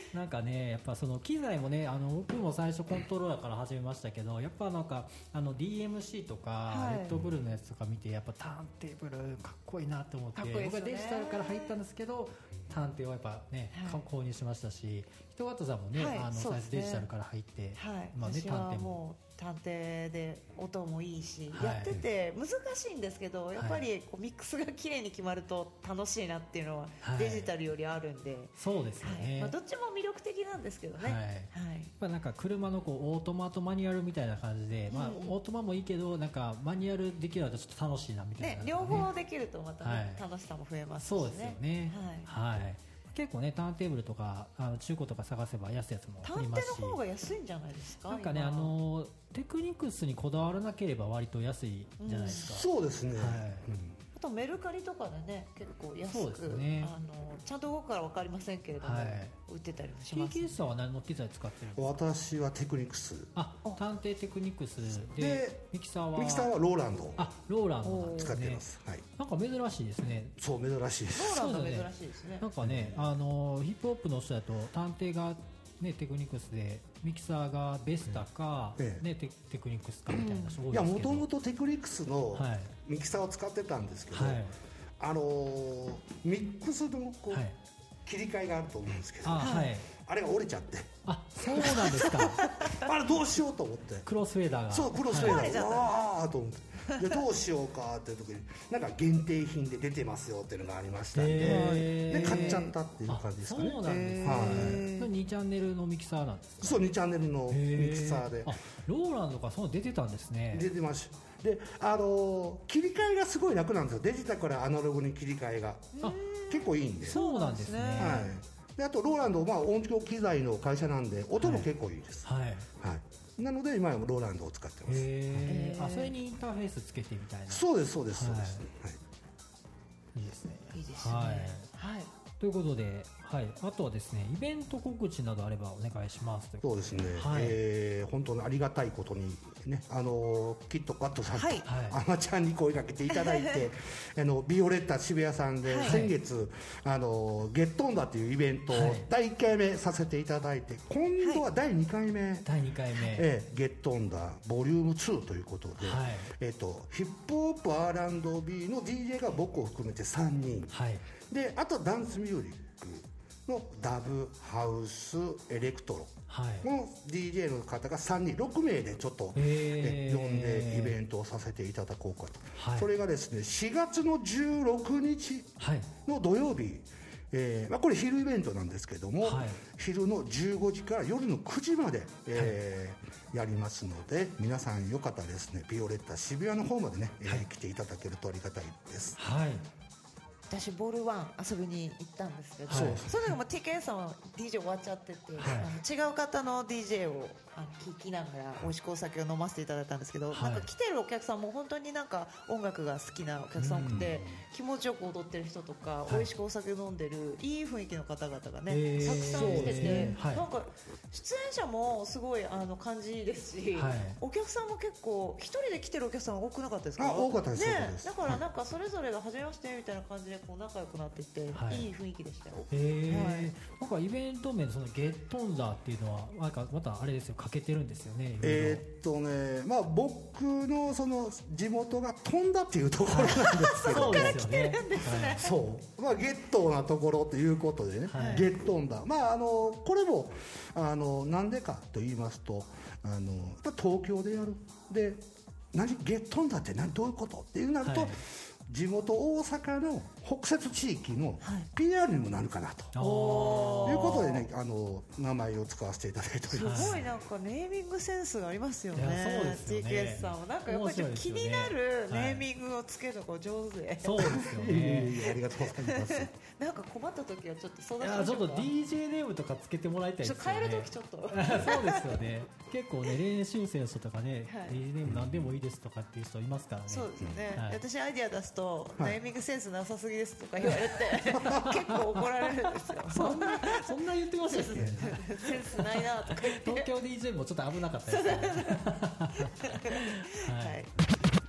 なんかねやっぱその機材もねあの僕も最初コントローラーから始めましたけどやっぱなんかあの ディーエムシー とか、はい、レッドブルのやつとか見てやっぱターンテーブルかっこいいなと思って、ね、僕はデジタルから入ったんですけどターンテーブルはやっぱね、はい、購入しましたし人形さんもね、はい、あの最初デジタルから入って、 はいまあね、私はもう探偵で音もいいし、はい、やってて難しいんですけどやっぱりこうミックスが綺麗に決まると楽しいなっていうのはデジタルよりあるんで、はい、 そうですよね、 はいまあ、どっちも魅力的なんですけどね、はいはい、やっぱなんか車のこうオートマとマニュアルみたいな感じで、まあ、オートマもいいけどなんかマニュアルできるとちょっと楽しいなみたいな、ねね、両方できるとまた、ねはい、楽しさも増えますしね。 そうですよね、はい、はい結構ねターンテーブルとかあの中古とか探せば安いやつもありますしターンテの方が安いんじゃないですか。 なんかねあのテクニクスにこだわらなければ割と安いじゃないですか、 うん、そうですね、はいうん、 あとメルカリとかでね結構安くそうです、ね、 あのちゃんと動くから分かりませんけれども、はい、売ってたりもします、ね、 ティーケーエス さんは何の機材使ってるんですか。 私はテクニクスあ探偵テクニクス で, でミキサーはミキサーはローランドあローランドなんです、ね、 使ってます、はい、 なんか珍しいですね。 そう珍しいです。 ローランド珍しいですね。 なんかねあのヒップホップの人だと探偵がね、テクニクスでミキサーがベスタか、ええね、テ, テクニクスかみたいな人多いですけど、いやもともとテクニクスのミキサーを使ってたんですけど、はい、あのー、ミックスのこう、はい、切り替えがあると思うんですけど、あ、はい、あれが折れちゃって、 あそうなんですかあれどうしようと思ってクロスフェーダーがそうクロスフェーダーが、はい、ああと思ってでどうしようかっていう時になんか限定品で出てますよっていうのがありましたんで、で買っちゃったっていう感じですかね。 そうなんですね、はい、にチャンネルのミキサーなんですか。 そうにチャンネルのミキサーで、 あローランドかそう出てたんですね。 出てますで、あのー、切り替えがすごい楽なんですよ。デジタルからアナログに切り替えが結構いいんで。 そうなんですね、はいであとローランド、まあ、音響機材の会社なんで音も結構いいです、はいはいはい、なので今はローランドを使ってます。 へー、あそれにインターフェースつけてみたいな。 そうですそうですそうです、 はい、いいですねいいですね、はいはい、ということで、はい、あとはですねイベント告知などあればお願いします。 そうですね、はいえー、本当にありがたいことにね、あのキットカットさんと、はい、アマちゃんに声かけていただいてあのビオレッタ渋谷さんで先月、はい、あのゲットンダっていうイベントをだいいっかいめさせていただいて、今度はだいにかいめ、はい、 だいにかいめ、 えー、ゲットンダボリュームツーということで、はいえー、とヒップホップ アールアンドビー の ディージェー が僕を含めてさんにん、はい、であとダンスミュージックのダブハウスエレクトロの ディージェー の方がさんにんろくめいでちょっと、えー、呼んでイベントをさせていただこうかと、はい、それがですねしがつのじゅうろくにちの土曜日、はいえーまあ、これ昼イベントなんですけども、はい、昼のじゅうごじから夜のくじまで、えーはい、やりますので皆さんよかったらですねビオレッタ渋谷の方までね、はいえー、来ていただけるとありがたいです。 はい私ボールワン遊びに行ったんですけど、はい、その時も ティーケー さんは ディージェー 終わっちゃってて、はい、あの違う方の ディージェー をあの聞きながら美味しくお酒を飲ませていただいたんですけど、はい、なんか来てるお客さんも本当になんか音楽が好きなお客さん多くて、気持ちよく踊ってる人とか、はい、美味しくお酒飲んでるいい雰囲気の方々がね、えー、たくさん来てて、はい、なんか出演者もすごいあの感じいいですし、はい、お客さんも結構一人で来てるお客さん多くなかったですか。 あ多かったです、 ね、だからなんかそれぞれが初めましてみたいな感じでこう仲良くなっていて、はい、いい雰囲気でしたよ。 へー、はい、なんかイベント名のそのゲットンダーっていうのはなんかまたあれですよ欠けてるんですよね。 えー、っとねまあ僕のその地元が飛んだっていうところなんですけどそこから来てるんですね、はい、 そうまあゲットなところということでね、はい、ゲットンダーまああのこれもあのなんでかと言いますとあの東京でやるで何ゲットンダーって何どういうことっていうなると、はい地元大阪の北摂地域の ピーアール にもなるかなと、はい、いうことでねあの名前を使わせていただいております。 すごいなんかネーミングセンスがありますよね。そうですよね ティーケーエス さんはなんかやっぱりちょっと気になるネーミングをつけるのが上手で、はい、 そうですよねありがとうございますなんか困った時はちょっと相談しましょうか。 いやちょっと ディージェー ネームとかつけてもらいたいですよね。 変える時ちょっとそうですよね結構ね練習生の人とかね、はい、ディージェー ネーム何でもいいですとかっていう人いますからね。 そうですよね、はい、私アイディア出すと、はい、ネーミングセンスなさすぎですとか言われて結構怒られるんですよそんなそんな言ってましたっけセンスないなとか言って東京 ディージェー もちょっと危なかったですねはい、ティ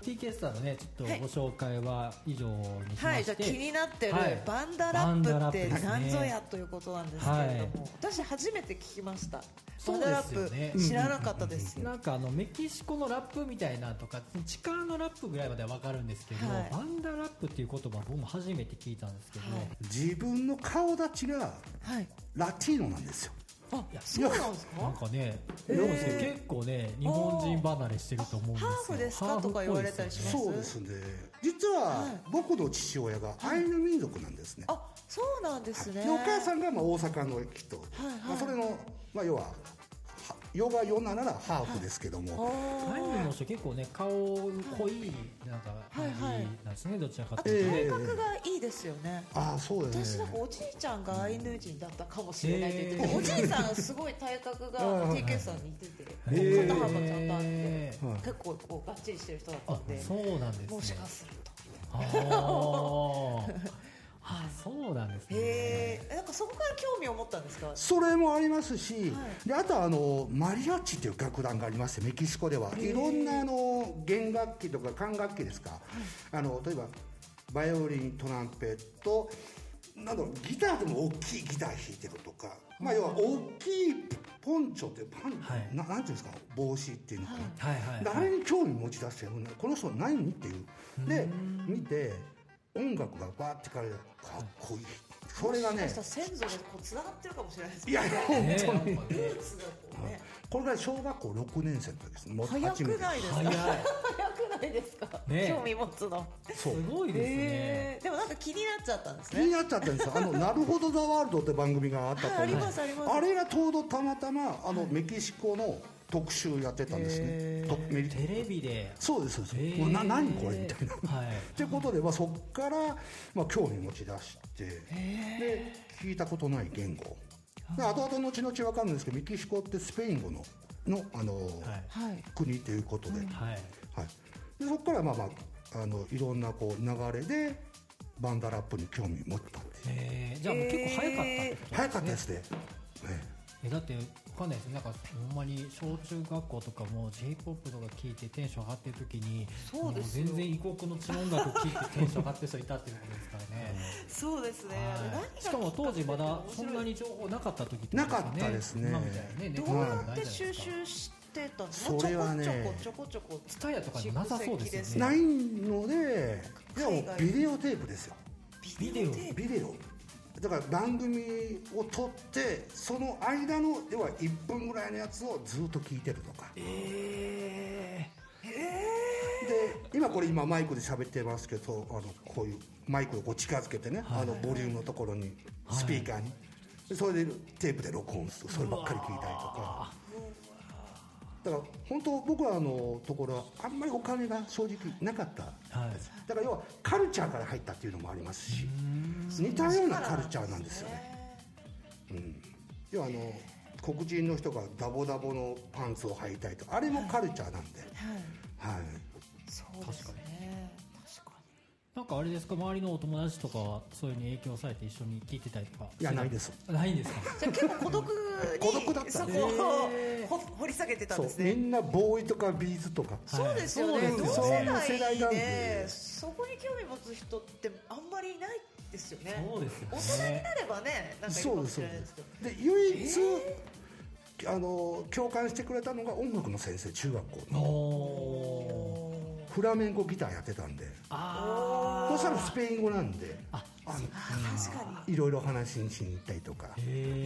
ティーケー スターのねちょっとご紹介は以上にしまして、はい、 じゃあ気になってるバンダラップって何ぞやということなんですけれども、はい、私初めて聞きました。バンダラップ知らなかったですよ。 なんかあのメキシコのラップみたいなとか地下のラップぐらいまでは分かるんですけど、はい、バンダラップっていう言葉僕も初めて聞いたんですけど、はい、 自分の顔立ちがラティーノなんですよ。 あ、そうなんですか。 なんかね、結構ね日本人離れしてると思うんですよ。 ハーフですかとか言われたりします。 そうですね。実は僕の父親がアイヌ民族なんですね。 あ、そうなんですね。 お母さんがまあ大阪の人、まあそれのまあ要はヨガヨナならハーフですけども、 アイヌの人結構ね顔濃いなんか感じなんですね。どちらかというと感覚がいいですよね。 ああ、そうですね。 私なんかおじいちゃんがアイヌ人だったかもしれないって言ってて、おじいさんすごい体格が ティーケー さんに似てて、肩幅ちゃんとあって結構こうがっちりしてる人だったんで、 そうなんですね。 もしかすると。 あ、そうなんですね。 へえ、なんかそこから興味を持ったんですか。 それもありますし、はい、であとはあのマリアッチという楽団がありまして、メキシコではいろんなあの弦楽器とか管楽器ですか、はい、あの例えばバイオリン、トランペットなどギターでも大きいギター弾いてるとか、まあ、要は大きいポンチョってパン、はい、ななんていうんですか、帽子っていうのかな、はいはいはいはい、あれに興味持ち出して、この人何っていうで見て音楽がバーってかれる、かっこいい。それがね、 先祖がこうつながってるかもしれないですね。 いやいや本当に、ね、 ルーツがこうね。 これが小学校ろくねん生の時ですね。 もう早くないですか。早くないですか。ね、興味持つの。 すごいですね。 でもなんか気になっちゃったんですね。 気になっちゃったんですよ。あのなるほどザワールドって番組があったと思う。 ありますあります。 あれがちょうどたまたまあのメキシコの特集やってたんですね。 テレビで。 そうですそうです。な何これみたいな。はい。ってことでまあそっからまあ興味持ち出してで聞いたことない言語。後々後々分かるんですけど、メキシコってスペイン語ののあの、はい、国ということで、はいはい、でそこからまあまああのいろんなこう流れでバンダラップに興味持ったっていう。 えー、じゃあもう結構早かったってことですね。 早かったですね。ねえだって分かんないですね。なんかほんまに小中学校とかも J-ポップ とか聴いてテンション上がってる時に、そうですよ、全然異国の地の音楽聴いてテンション上がってる人いたっていうことですからね。 そうですね、 はい、しかも当時まだそんなに情報なかった時ってことですね。 なかったですね。 今みたいにね。 どうやって収集してたんですか。それはね、ちょこちょこちょこツタヤとかになさそうですよね。ないので、いやビデオテープですよ。 ビデオビデオだから番組を撮ってその間の要はいっぷんぐらいのやつをずっと聞いてるとか。えー、えー、で今これ今マイクで喋ってますけど、あのこういうマイクをこう近づけてね、はい、あのボリュームのところにスピーカーに、はい、それでテープで録音する、そればっかり聞いたりとか。だから本当僕らのところはあんまりお金が正直なかった、はい、だから要はカルチャーから入ったっていうのもありますし、似たようなカルチャーなんですよね。うん、要はあの黒人の人がダボダボのパンツを履いたりとか、あれもカルチャーなんで、はい、はい、 そうですね。確かに。 なんかあれですか、周りのお友達とかはそういうに影響されて一緒に聞いてたりとか。 いや、ないです。 ないんですか。 じゃあ結構孤独に孤独だった。 そこを掘り下げてたんですね。 みんなボーイとかビーズとか。 そうですよね。同世代でそこに興味持つ人ってあんまりいないですよね。 そうですよね。 大人になればね、なんかいるかもしれないですけど。 で唯一、えー、あの共感してくれたのが音楽の先生、中学校の。フラメンコギターやってたんで、あそしたらスペイン語なんで、ああの確かにいろいろ話しに行ったりとか、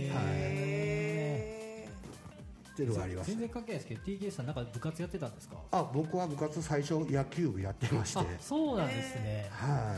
へー、っていうのがあります。 全然関係ないですけど ティーケー さんなんか部活やってたんですか。 あ、僕は部活最初野球部やってまして。 そうなんですね。 はい、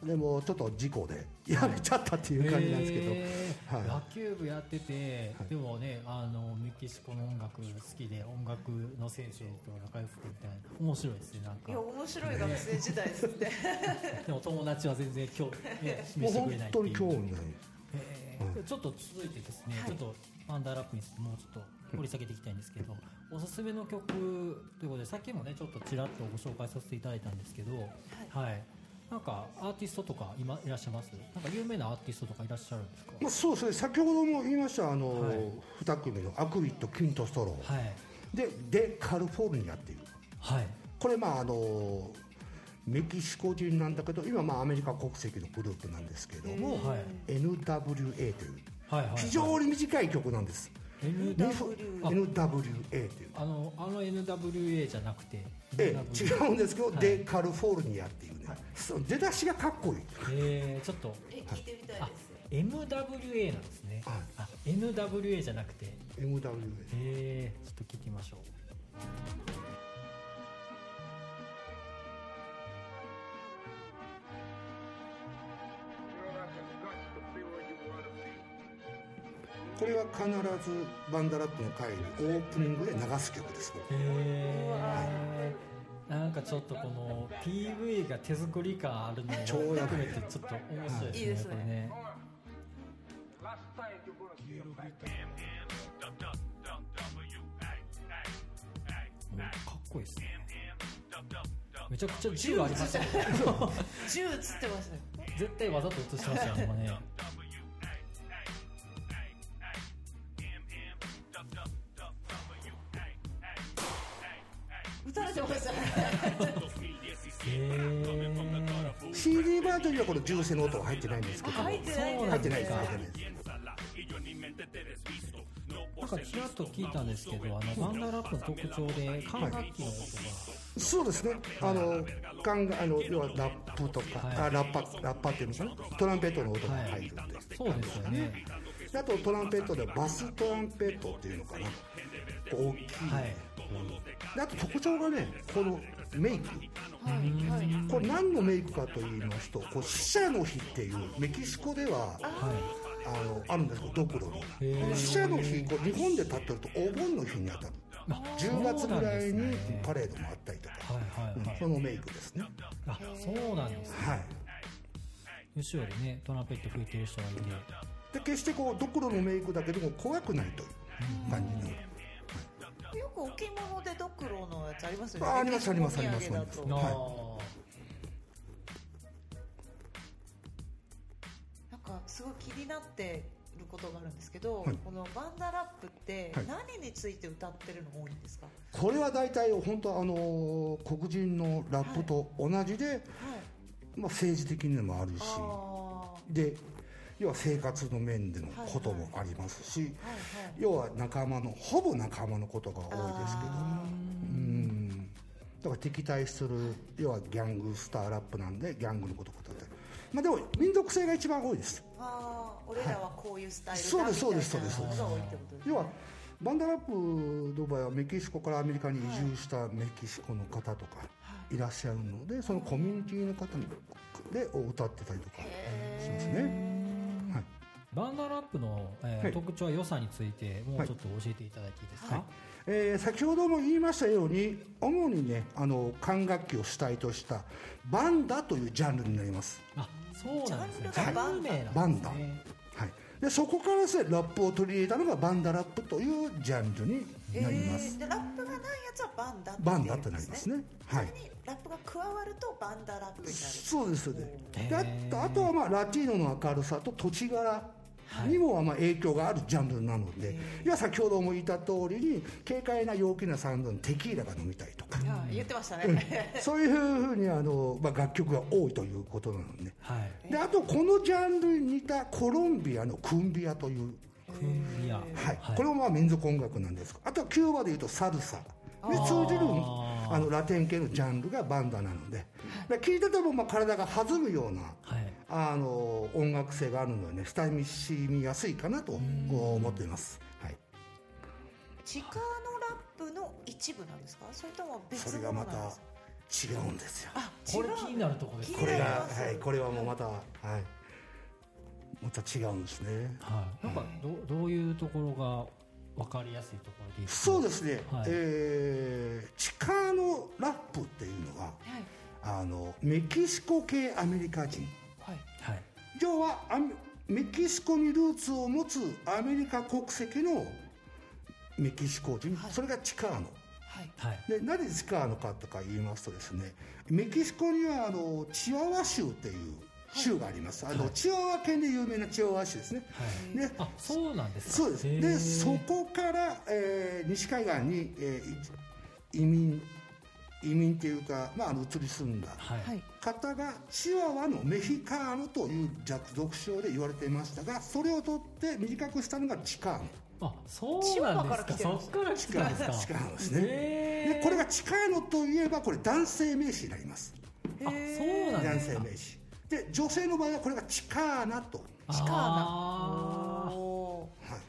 でもちょっと事故でやめちゃったっていう感じなんですけど、はい、 野球部やってて、はい、でもね、あのメキシコの音楽好きで音楽の先生と仲良くてみたいな、面白いですね。なんかいや面白い学生時代ですね。 でも友達は全然興味、ね、示してくれないっていう。 もう本当に興味ない。 えーはい、ちょっと続いてですね、はい、ちょっとバンダーラップにもうちょっと掘り下げていきたいんですけど、おすすめの曲ということで、さっきもねちょっとちらっとご紹介させていただいたんですけど、はい、はい、なんかアーティストとか今いらっしゃいます？なんか有名なアーティストとかいらっしゃるんですか？ まあ、そうですね、先ほども言いましたあの、はい、に組のアクビット・キント・ストロー、はい、でデ・カルフォルニアっていう、はい、 これまああのメキシコ人なんだけど今まあアメリカ国籍のグループなんですけども、はい、エヌダブリューエー という、はいはいはい、非常に短い曲なんです。 エヌダブリューエー というあのあの エヌダブリューエー じゃなくてえ違うんですけど、はい、デ・カリフォルニアっていうね、はい、出だしがかっこいい。 えー、ちょっとえ聞いてみたいです。 エムダブリューエー なんですね。ああ エヌダブリューエー じゃなくてエムダブリューエー。 えー、ちょっと聞いてみましょう。 これは必ずバンダラップの会にオープニングで流す曲です。 へー、なんかちょっとこの ピーブイ が手作り感あるのを含めてちょっと面白いですね。いいですね、これね。かっこいいですね。めちゃくちゃ銃ありますね。 銃映ってますね。 絶対わざと映してますよね。 撃たれてましたね。 シーディー バージョンにはこの銃声の音は入ってないんですけど、 入ってない入ってないです。 なんかちらっと聞いたんですけど、あのバンダラップの特徴で管楽器の音が、はい、 そうですね。あの管あの要はラップとか、はい、あラッパラッパっていうのかな、トランペットの音が入るんで、はい、 そうですよね。 あとトランペットでバストランペットっていうのかな、大きい、はい、うん、あと特徴がね、このメイク、はいはい、これ何のメイクかと言いますと、こう死者の日っていうメキシコでは、はい、あのあるんですけど、ドクロの死者の日、こう日本で立ってるとお盆の日に当たる、じゅうがつぐらいにパレードもあったりとか、はいはいはい、そのメイクですね。 あ、そうなんですね。はい、後ろでねトランペット吹いてる人がいて、 で決してこうドクロのメイクだけでも怖くないという感じの、 はい、よく置物でドクロのやつありますよね。 あ、ありますありますありますあります、はい、 なんかすごい気になってることがあるんですけど、はい、このバンダラップって何について歌ってるの多いんですか？ これは大体本当あの黒人のラップと同じで、はいはい、まあ、政治的にもあるし、で要は生活の面でのこともありますし、はいはい、要は仲間のほぼ仲間のことが多いですけど、うん、だから敵対する要はギャングスターラップなんでギャングのことを語ってる、まあ、でも民族性が一番多いです。 あ、俺らはこういうスタイルだ、 はい、そうですそうですそうですそうです。要はバンダラップの場合はメキシコからアメリカに移住したメキシコの方とかいらっしゃるので、そのコミュニティの方で歌ってたりとかしますね。はい、 バンダラップの、えーはい、特徴や良さについてもうちょっと教えていただいていいですか？はい、 えー、先ほども言いましたように主にねあの管楽器を主体としたバンダというジャンルになります。 あ、そうなんですね。 ジャンルがバンダなんですね。 バンダ、はい、でそこからですねラップを取り入れたのがバンダラップというジャンルになります。 えー、でラップがないやつはバンダってバンダってなりますね。はい。 ラップが加わるとバンダラップになる。 そうですそうです。であとはまあラティーノの明るさと土地柄にもまあ影響があるジャンルなので、いや先ほども言った通りに軽快な陽気なサウンドのテキーラが飲みたいとか、 言ってましたね、 うん、そういうふうにあの、まあ、楽曲が多いということなので、はい、であとこのジャンルに似たコロンビアのクンビアという、 クンビア、はいはい、これもまあ民族音楽なんですが、あとはキューバでいうとサルサで通じるあのラテン系のジャンルがバンダなので、聴いててもまあ体が弾むような、はい、あの音楽性があるのでね、親しみやすいかなと思っています。はい、 チカーノラップの一部なんですか？それとも別のものなんですか？ それがまた違うんですよ。 あ、これ気になるところですね。 これが、はい、これはもうまた、はい、また違うんですね。 はい、なんか ど, どういうところが分かりやすいところでいいですか？ そうですね、はい、えー、チカーノラップっていうのは、はい、あのメキシコ系アメリカ人、はいはい、要はメキシコにルーツを持つアメリカ国籍のメキシコ人、はい、それがチカーノ、はい、でなぜチカーノかとか言いますとですね、メキシコにはあのチワワ州っていう州があります。あの、はい、チワワ県で有名なチワワ州ですね。 はい、で、あ、そうなんですか。 そうです。で、そこから、えー、西海岸に、えー、移民移民っていうか、まあ、あの移り住んだ方がチワワのメヒカーノという属性で言われていましたが、それを取って短くしたのがチカーノ。 あ、そうなんですか。そっからチカーノですか。 チカーノですね。でこれがチカーノといえばこれ男性名詞になります。 あ、そうなんですか。 男性名詞で、女性の場合はこれがチカーナと。 チカーナ。 はい、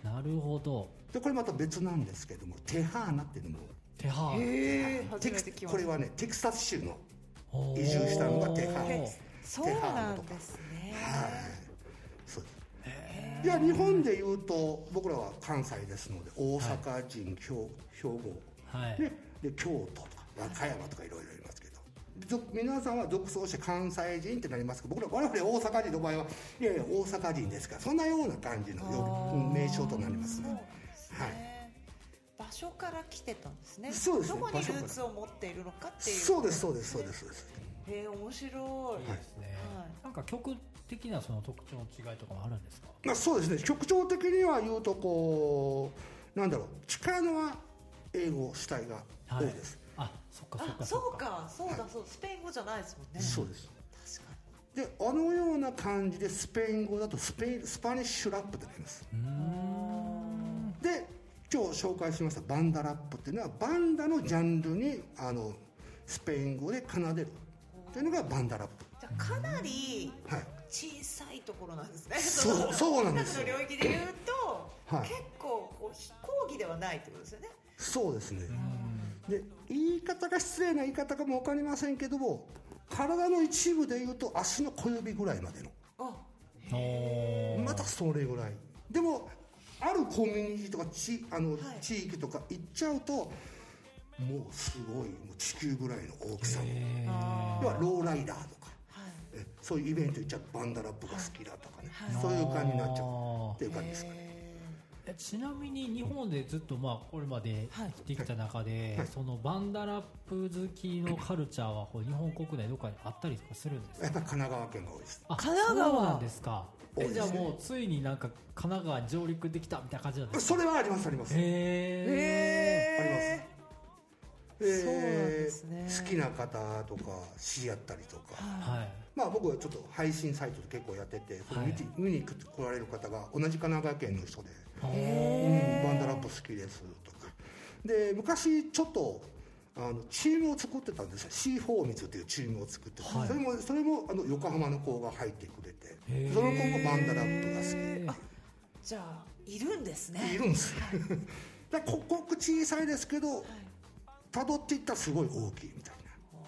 なるほど。 でこれまた別なんですけども、テハーナっていうのもテハーナ、 テクこれはねテキサス州の移住したのがテハーナ。 そうなんですね。 はい、そうです。いや日本でいうと僕らは関西ですので大阪人、はい、兵庫、はい、で, で京都とか和歌山とかいろいろいますけど、皆さんは属相して関西人ってなりますけど、僕ら我々大阪人の場合はいやいや大阪人ですから、そんなような感じの名称となりますね。 そうですね、はい、場所から来てたんですね。 そうですね。 どこにルーツを持っているのかっていう、 そうですそうですそうですそうです。 へえ、面白い。 いいですね。はい、なんか曲的なその特徴の違いとかもあるんですか？ まあ、そうですね。曲調的には言うとこうなんだろう、力のは英語主体が多いです。 はい、あ、そっかそっかそうかそうだそう、スペイン語じゃないですもんね。 そうです。 確かに。であのような感じでスペイン語だとスペインスパニッシュラップとなります。うーんで今日紹介しましたバンダラップっていうのはバンダのジャンルにあのスペイン語で奏でるというのがバンダラップ。 じゃあかなり小さいところなんですね。はい、 そうそうなんですよ。 音楽の領域で言うと、はい、結構こう非講義ではないってことですよね。 そうですね。で言い方が失礼な言い方かも分かりませんけども、体の一部で言うと足の小指ぐらいまでの、あまたそれぐらいでもあるコミュニティとかちあの、はい、地域とか行っちゃうともうすごいもう地球ぐらいの大きさの、要はローライダーとか、はい、えそういうイベント行っちゃうとバンダラップが好きだとかね、はい、そういう感じになっちゃうっていう感じですかね。 ちなみに日本でずっとまあこれまで生きてきた中で、はい、そのバンダラップ好きのカルチャーは日本国内どこかにあったりとかするんですか？ やっぱり神奈川県が多いです。 あ、神奈川なんですか。えじゃあもうついになんか神奈川に上陸できたみたいな感じなんですか？ それはありますあります。へえあります。えー、 そうなんですね。 好きな方とか知り合ったりとか、 はい、まあ僕はちょっと配信サイトで結構やってて、その見て、はい、見に来られる方が同じ神奈川県の人で、うん、バンダラップ好きですとかで、昔ちょっとあのチームを作ってたんですよ。シーフォーミツというチームを作ってて、はい、それもそれもあの横浜の子が入ってくれて、その子もバンダラップが好き。あ、 じゃあいるんですね。 いるんです。だここ小さいですけど、はい、辿っていったらすごい大きいみたいな。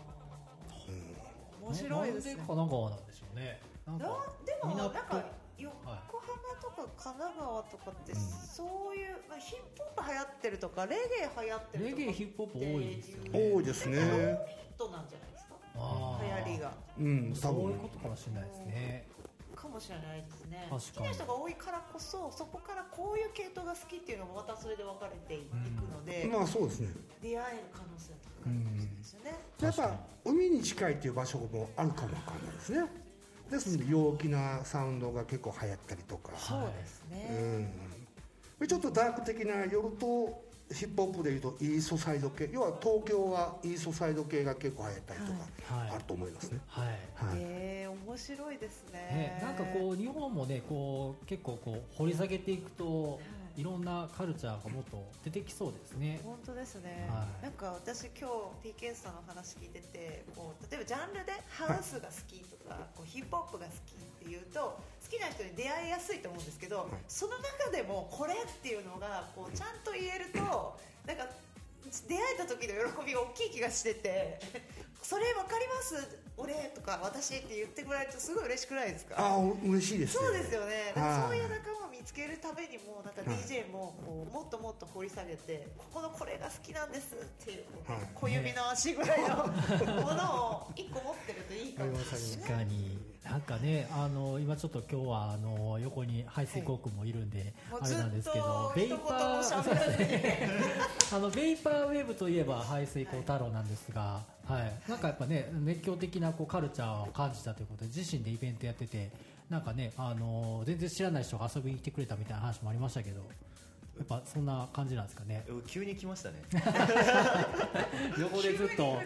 うん、面白いですね。 なんで神奈川なんでしょうね。なんかでもなんか横浜とか神奈川とかって、うん、そういう、まあ、ヒップホップ流行ってるとかレゲエ流行ってるとか、 レゲエヒップホップ多いですよね。 多いですね。 ローヒットなんじゃないですか。流行りが。 うん、 そういうことかもしれないですね。 かもしれないですね。好きな人が多いからこそ、そこからこういう系統が好きっていうのもまたそれで分かれていくので、 うん、まあそうですね。 出会える可能性が高いかもしれないですよね。 やっぱ海に近いっていう場所もあるかもわかんないですね。ですので陽気なサウンドが結構流行ったりとか。 そうですね。 うん、ちょっとダーク的な夜とヒップホップでいうとイーストサイド系、要は東京はイーストサイド系が結構流行ったりとかあると思いますね。 はい。 はい。 えー、面白いですね。 ね、なんかこう日本もね、こう結構こう掘り下げていくと。いろんなカルチャーがもっと出てきそうですね。 本当ですね。はい、なんか私今日 ティーケーエス さんの話聞いてて、こう例えばジャンルでハウスが好きとか、はい、こうヒップホップが好きっていうと好きな人に出会いやすいと思うんですけど、はい、その中でもこれっていうのがこうちゃんと言えるとなんか出会えた時の喜びが大きい気がしててそれ分かります俺とか私って言ってもらえるとすごい嬉しくないですか？ ああ嬉しいですね。 そうですよね。そういう仲間を見つけるためにもなんか ディージェー もこうもっともっと掘り下げてここのこれが好きなんですっていう、はい、小指の足ぐらいのものをいっこ持ってるといいかもしれない。 確かになんかね、あの今ちょっと今日はあの横に排水口君もいるんで、はい、あれなんですけどベイパーあのベイパーウェーブといえば排水口太郎なんですが、はい、なんかやっぱね熱狂的なこうカルチャーを感じたということで自身でイベントやっててなんかね、あの全然知らない人が遊びに来てくれたみたいな話もありましたけど、 やっぱそんな感じなんですかね。 急に来ましたね横でずっと、はい、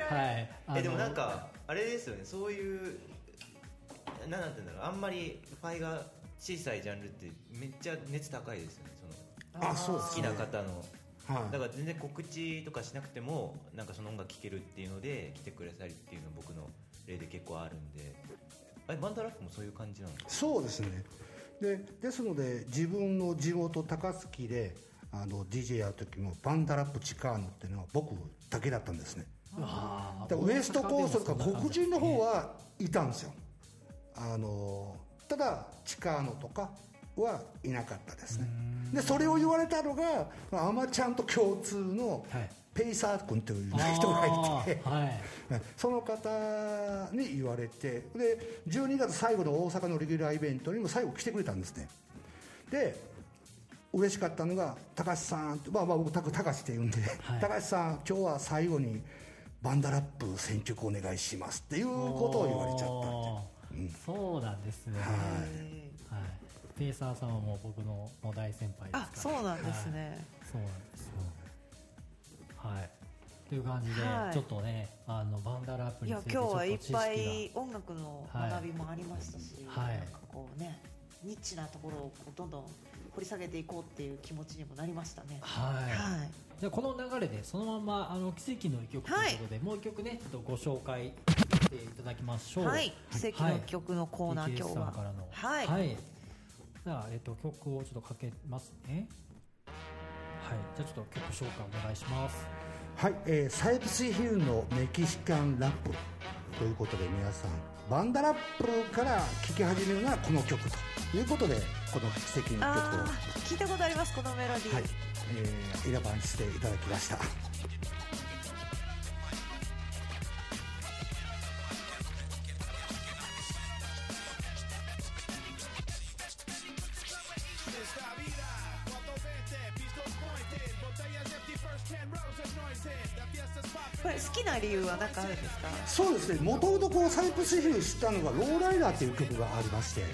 えでもなんかあれですよね、そういうなんなんていうんだろう、あんまりファイが小さいジャンルってめっちゃ熱高いですよね、そのあそう好きな方の、 はい、 だから全然告知とかしなくてもなんかその音楽聴けるっていうので来てくださいっていうの僕の例で結構あるんで、あれバンダラップもそういう感じなの？ そうですね。でですので自分の地元高槻であの ディージェー やる時もバンダラップチカーノっていうのは僕だけだったんですね。 あウエストコーストとか黒人の方はいたんですよ。あのただチカーノとかはいなかったですね。でそれを言われたのがアマちゃんと共通のペイサー君という人がいて、はい、その方に言われて、でじゅうにがつ最後の大阪のレギュラーイベントにも最後来てくれたんですね。で嬉しかったのが高橋さんって、まあ、まあ僕高橋って言うんで、はい、高橋さん今日は最後にバンダラップ選曲お願いしますっていうことを言われちゃったんで、うん、 そうなんですね。はい、はい、ペーサーさんはもう僕のもう大先輩ですから。 あ、そうなんですね、はい、 そうなんですよ。はいという感じで、はい、ちょっとねあのバンダラップについてちょっと知識が、いや今日はいっぱい音楽の学びもありましたし、はい、なんかこうねニッチなところをどんどん掘り下げていこうっていう気持ちにもなりましたね。はい、はい、じゃあこの流れでそのままあの奇跡の一曲ということで、はい、もう一曲ねちょっとご紹介していただきましょう。 はい、奇跡の曲のコーナー、はい、今日はからのはい、 はい、じゃあ、えっと、曲をちょっとかけますね。はい、じゃあちょっと曲紹介お願いします。 はい、えー、サイプスヒルのメキシカンラップということで、皆さんバンダラップから聴き始めるのはこの曲ということで、この奇跡の曲を聞いたことあります、このメロディー、はい、 えー、選ばせていただきました。 これ好きな理由は何かあるんですか？ そうですね、もともとこうサイプスヒル知ったのがローライダーっていう曲がありまして、はい、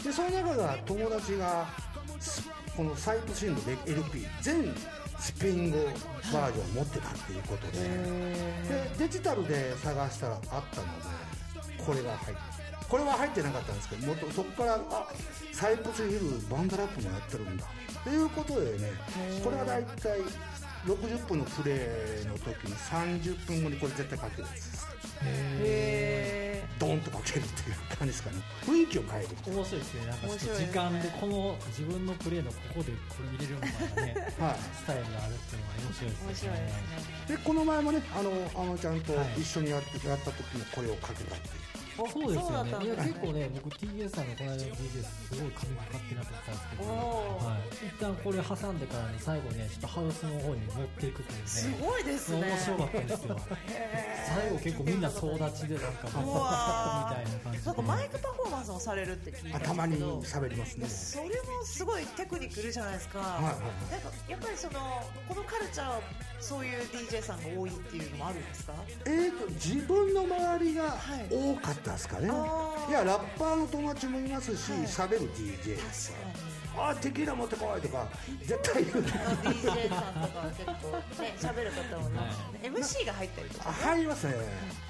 でその中が友達がこのサイプスヒルの エルピー 全スペイン語バージョンを持ってたっていうことで、でデジタルで探したらあったので、これが入ってこれは入ってなかったんですけど、もっとそこからあサイプスヒルバンダラップもやってるんだということでね、これはだいたいろくじゅっぷんのプレイの時にさんじゅっぷんごにこれ絶対かけるんです。へー、ドーンとかけるっていう感じですかね。雰囲気を変える。 面白いですね。なんかちょっと時間でこの自分のプレイのここでこれ入れるみたいなね、はい、スタイルがあるっていうのが面白いですね。面白いですね。でこの前もね、あのあのちゃんと一緒にやって、はい、やった時もこれをかけたっていう。 そうですよね。いや結構ね、僕 ティーエス さんのこの間の ディージェー すごい神がかってなと思ったんですけど、はい、一旦これ挟んでからね、最後ねちょっとハウスの方に持っていくというね、 すごいですね。 面白かったですよ。最後結構みんな総立ちでなんかみたいな感じで、 なんかマイクパフォーマンスもされるって聞いたんですけど、 たまに喋りますね。 それもすごいテクニックいるじゃないですか、はいはいはい、なんかやっぱりそのこのカルチャーはそういう ディージェー さんが多いっていうのもあるんですか？ えーと自分の周りが多かったですかね、はい、いやラッパーの友達もいますし、喋、はい、る ディージェー、あテキーラ持ってこいとか絶対言う ディージェー さんとか結構ね喋る方もいますね、はい、エムシー が入ったりとか、ね、 入りますね、はい、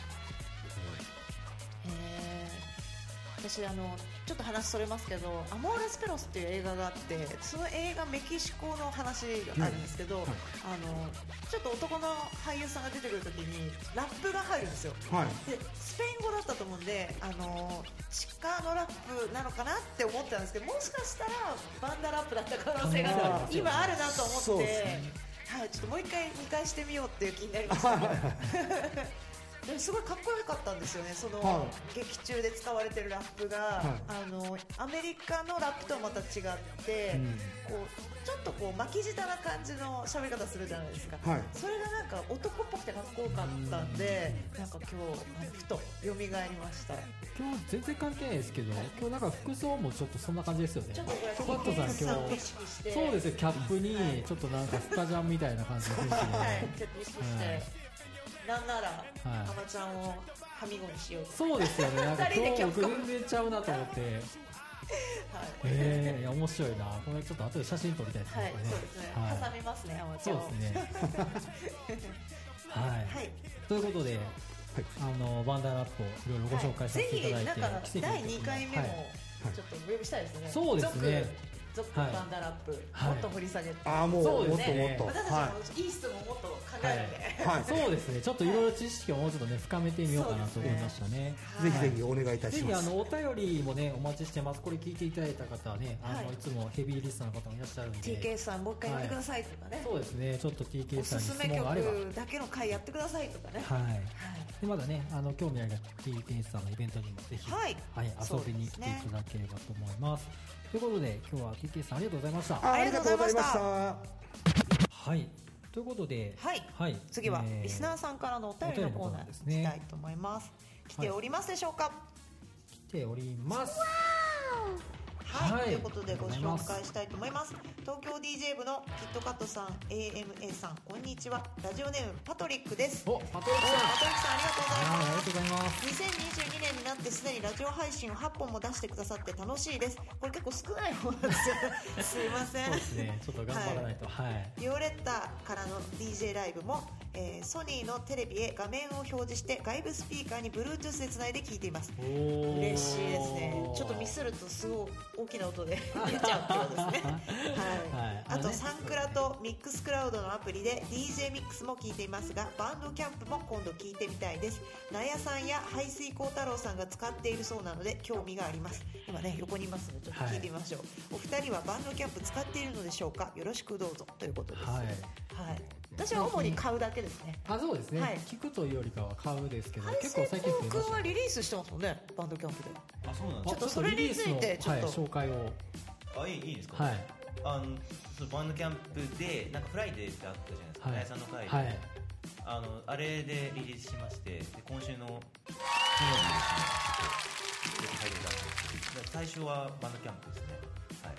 私あのちょっと話それますけど、アモーレスペロスっていう映画があって、その映画メキシコの話があるんですけど、はいはい、あのちょっと男の俳優さんが出てくるときにラップが入るんですよ、はい、でスペイン語だったと思うんで、あの地下のラップなのかなって思ってたんですけど、もしかしたらバンダラップだった可能性が今あるなと思って、ね、はい、ちょっともう一回見返してみようっていう気になりました、ねすごいかっこよかったんですよね、その、はい、劇中で使われてるラップが、はい、あのアメリカのラップとはまた違って、うん、こうちょっとこう巻き舌な感じの喋り方するじゃないですか、はい、それがなんか男っぽくてかっこよかったんで、んなんか今日ふと蘇りました。 今日全然関係ないですけど、今日なんか服装もちょっとそんな感じですよね。 ちょっとトバットさん今日そうですよ、キャップにちょっとなんかスカジャンみたいな感じですね、はい、 ちょっと意識して、はい、なんなら、はい、浜ちゃんをはみごにしようと。 そうですよね、なんか今日僕全然ちゃうなと思ってえー、いや面白いな。これちょっと後で写真撮りたいですね。 はい、そうですね。はい、挟みますね、アマチュアを。 そうですね。はい。はい、ということで、はい、あのバンダーラップをいろいろご紹介させていただいて、 はい、ぜひなんかだいにかいめもちょっとお呼びしたいですね。はい、 そうですね。 ゾックバンダーラップ、はい、もっと掘り下げて、 ああもうもっともっと私たちもいい質問をもっと考えるんで、 はい、そうですね。ちょっといろいろ知識をもうちょっとね深めてみようかなと思いましたね。 ぜひぜひお願いいたします。 ぜひあのお便りもねお待ちしてます。これ聞いていただいた方はね、あのいつもヘビーリスナーの方もいらっしゃるんで、 ティーケー さんもう一回やってくださいとかね。 そうですね。ちょっと ティーケー さんに質おすすめ問があれば、 曲だけの回やってくださいとかね。 はい。でまだねあの興味ある ティーケー さんのイベントにもぜひはい遊びに来ていただければと思います。ということで今日は ティーケー さんありがとうございました。 ありがとうございました。 はいということで、 はい、はい、次はリスナーさんからのお便りのコーナーに行きたいと思います。来ておりますでしょうか。 来ております。 はい、はい、ということでご紹介したいと思います。東京 ディージェー 部のキットカットさん、 エーエムエー さん、こんにちは。ラジオネームパトリックです。 お、パトリックさん、 パトリックさんありがとうございます。 ありがとうございます。 にせんにじゅうにねんになってすでにラジオ配信をはっぽんも出してくださって楽しいです。これ結構少ない方なんですよすいません。 そうですね、ちょっと頑張らないと。はい、はい、 ビオレッタからの ディージェー ライブも、えー、ソニーのテレビへ画面を表示して外部スピーカーに Bluetooth でつないで聞いています。嬉しいですね。ちょっとミスるとすごい大きな音で出ちゃうってことですねはい、はい、あとサンクラとミックスクラウドのアプリで ディージェー ミックスも聞いていますが、バンドキャンプも今度聞いてみたいです。納屋さんや排水溝太郎さんが使っているそうなので興味があります。今ね横にいますのでちょっと聞いてみましょう。はい、お二人はバンドキャンプ使っているのでしょうか。よろしくどうぞということです。はい、はい、私は主に買うだけですね。 あ、そうですね、はい、聞くというよりかは買うですけど、結構最近増えました。君はリリースしてますもんね、バンドキャンプで。 あ、そうなんですか。 ちょっとそれについてちょっと、 はい、紹介を。 あ、いい、いいですか。はい、あのそのバンドキャンプでなんかフライデーってあったじゃないですか、納屋さんの会で、はい、あのあれでリリースしまして、で今週の金曜日ですね、ちょっと入れたんですけど、最初はバンドキャンプですね。はい、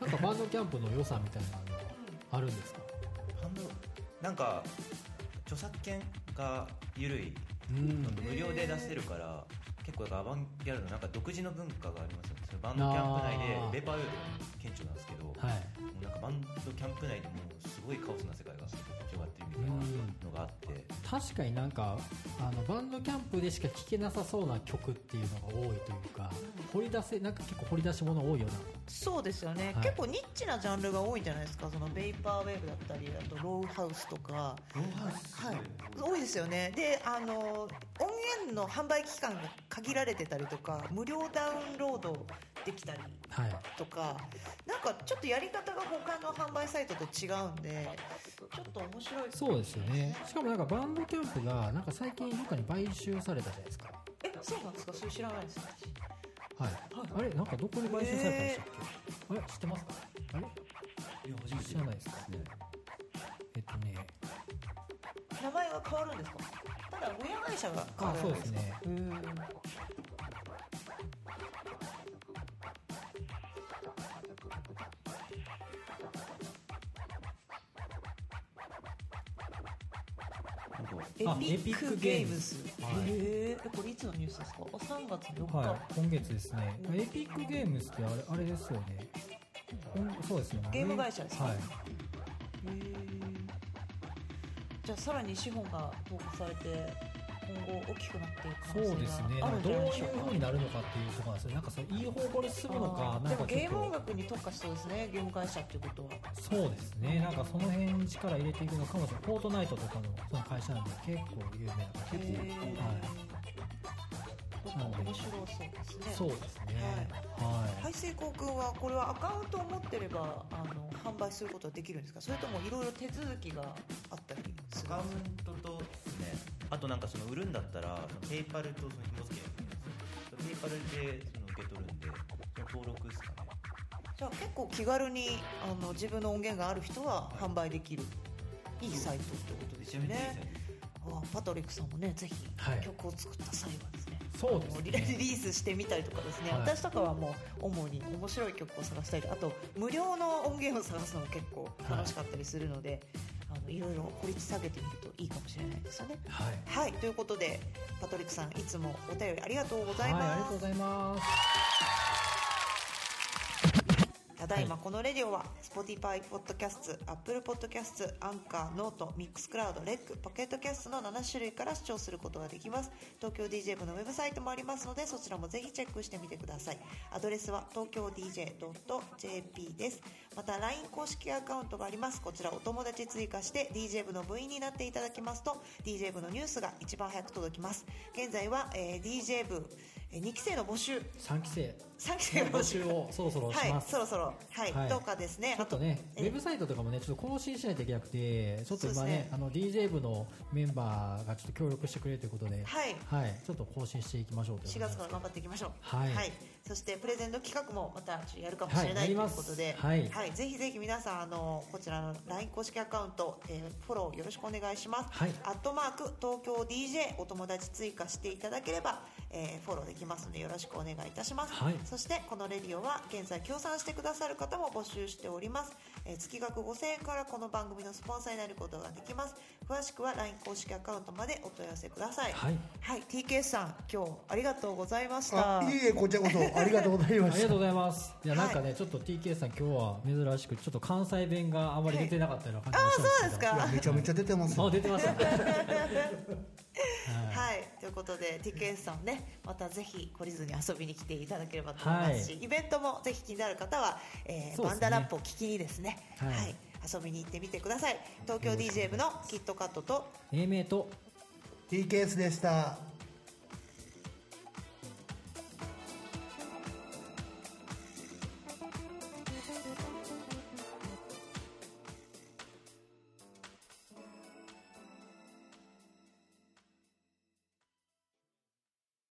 なんかバンドキャンプの良さみたいなのあるんですか。 バンドなんか著作権が緩い、うん、無料で出せるから結構アバンギャルドのなんか独自の文化がありますよね。そのバンドキャンプ内でベーパーウェーブが顕著なんですけど、はい、なんかバンドキャンプ内でもすごいカオスな世界が広がってるみたいなのがあって、 確かになんかあのバンドキャンプでしか聴けなさそうな曲っていうのが多いというか、掘り出せなんか結構掘り出し物多いような。 そうですよね、はい、結構ニッチなジャンルが多いじゃないですか。そのベイパーウェーブだったり、あとローハウスとか、 ローハウス、 はい、多いですよね。で、あの音源の販売期間が限られてたりとか、無料ダウンロードできたりとか、はい、なんかちょっとやり方が他の販売サイトと違うんで、ちょっと面白い。 そうですよね。しかもなんかバンドキャンプがなんか最近どっかに買収されたじゃないですか。 え、そうなんですか。それ知らないです。 はい、あれなんかどこに買収されたんでしたっけ。あれ知ってますか。あれいや初めて知らないですか。えっとね名前が変わるんですか。ただ親会社が変わるんですか。 あ、そうですね。うんエピックゲームズ。えー、これいつのニュースですか。あ、さんがつよっか、 はい、今月ですね。エピックゲームズってあれ、あれですよね。そうですね。 ゲーム会社ですか。 はい、 えー、じゃあさらに資本が投下されて今後大きくなっていく可能性があるんじゃないでしょうか。 どういう風になるのかっていうところなんですよ。なんかそういい方向に進むのか。なんかでもゲーム音楽に特化しそうですね、ゲーム会社っていうことは。 そうですね。なんかその辺に力入れていくのかもしれない。フォートナイトとかのその会社なんで結構有名な会社です。 はい、面白そうですね。 そうですね。 はい。排水溝くんはこれはアカウントを持ってればあの販売することはできるんですか。それともいろいろ手続きがあったりする。 アカウントとですね。あとなんかその売るんだったらペイパルとその紐付けペイパルでその受け取るんでその登録ですかね。 じゃあ結構気軽にあの自分の音源がある人は販売できる、はい、いいサイトってことですよね。あ、パトリックさんもねぜひ曲を作った際はですね、 そうですね、 リリースしてみたりとかですね、はい、私とかはもう主に面白い曲を探したり、あと無料の音源を探すのも結構楽しかったりするので、はい、あのいろいろ掘り下げてみるといいかもしれないですよね。 はい、 はい、ということでパトリックさんいつもお便りありがとうございます。 はい、ありがとうございます。 ただいまこのレディオは Spotify ポッドキャスト、Apple ポッドキャスト、アンカー、ノート、ミックスクラウド、レック、ポケットキャストのなな種類から視聴することができます。東京 ディージェー 部のウェブサイトもありますので、そちらもぜひチェックしてみてください。アドレスは東京 ディージェードットジェーピー です。また ライン 公式アカウントがあります。こちらお友達追加して ディージェー 部の部員になっていただきますと ディージェー 部のニュースが一番早く届きます。現在は、えー、ディージェー 部にき生の募集、 さんき生さんき生の募集をそろそろします、 はい、そろそろ、はい、はい、どうかですね。 ちょっとね、ウェブサイトとかもねちょっと更新しないといけなくて、ちょっと今 ね, ねあの ディージェー 部のメンバーがちょっと協力してくれるということで、はい、はい、ちょっと更新していきましょうというしがつから頑張っていきましょう。 はい、はい、 そしてプレゼント企画もまたやるかもしれない、はい、ということで、はいはい、ぜひぜひ皆さんあのこちらの ライン 公式アカウント、えー、フォローよろしくお願いします。はい、アットマーク東京 ディージェー お友達追加していただければ、えー、フォローできますのでよろしくお願いいたします。はい、そしてこのレディオは現在協賛してくださる方も募集しております。えー、月額ごせんえんからこの番組のスポンサーになることができます。詳しくは ライン 公式アカウントまでお問い合わせください。はい、はい、ティーケー さん今日ありがとうございました。 いいえ、こちらこそありがとうございました。 ありがとうございます。いやなんかね、はい、ちょっと ティーケー さん今日は珍しくちょっと関西弁があまり出てなかったような感じがしたんですけど、 はい、あ、そうですか。 めちゃめちゃ出てます。 あ、出てますね。 はい、ということで ティーケー さんね、またぜひ懲りずに遊びに来ていただければと思いますし、はい、イベントもぜひ気になる方は、えーね、バンダラップを聞きにですね、はい、はい、遊びに行ってみてください。東京 ディージェー 部のキットカットと英明とティーケーエス でした。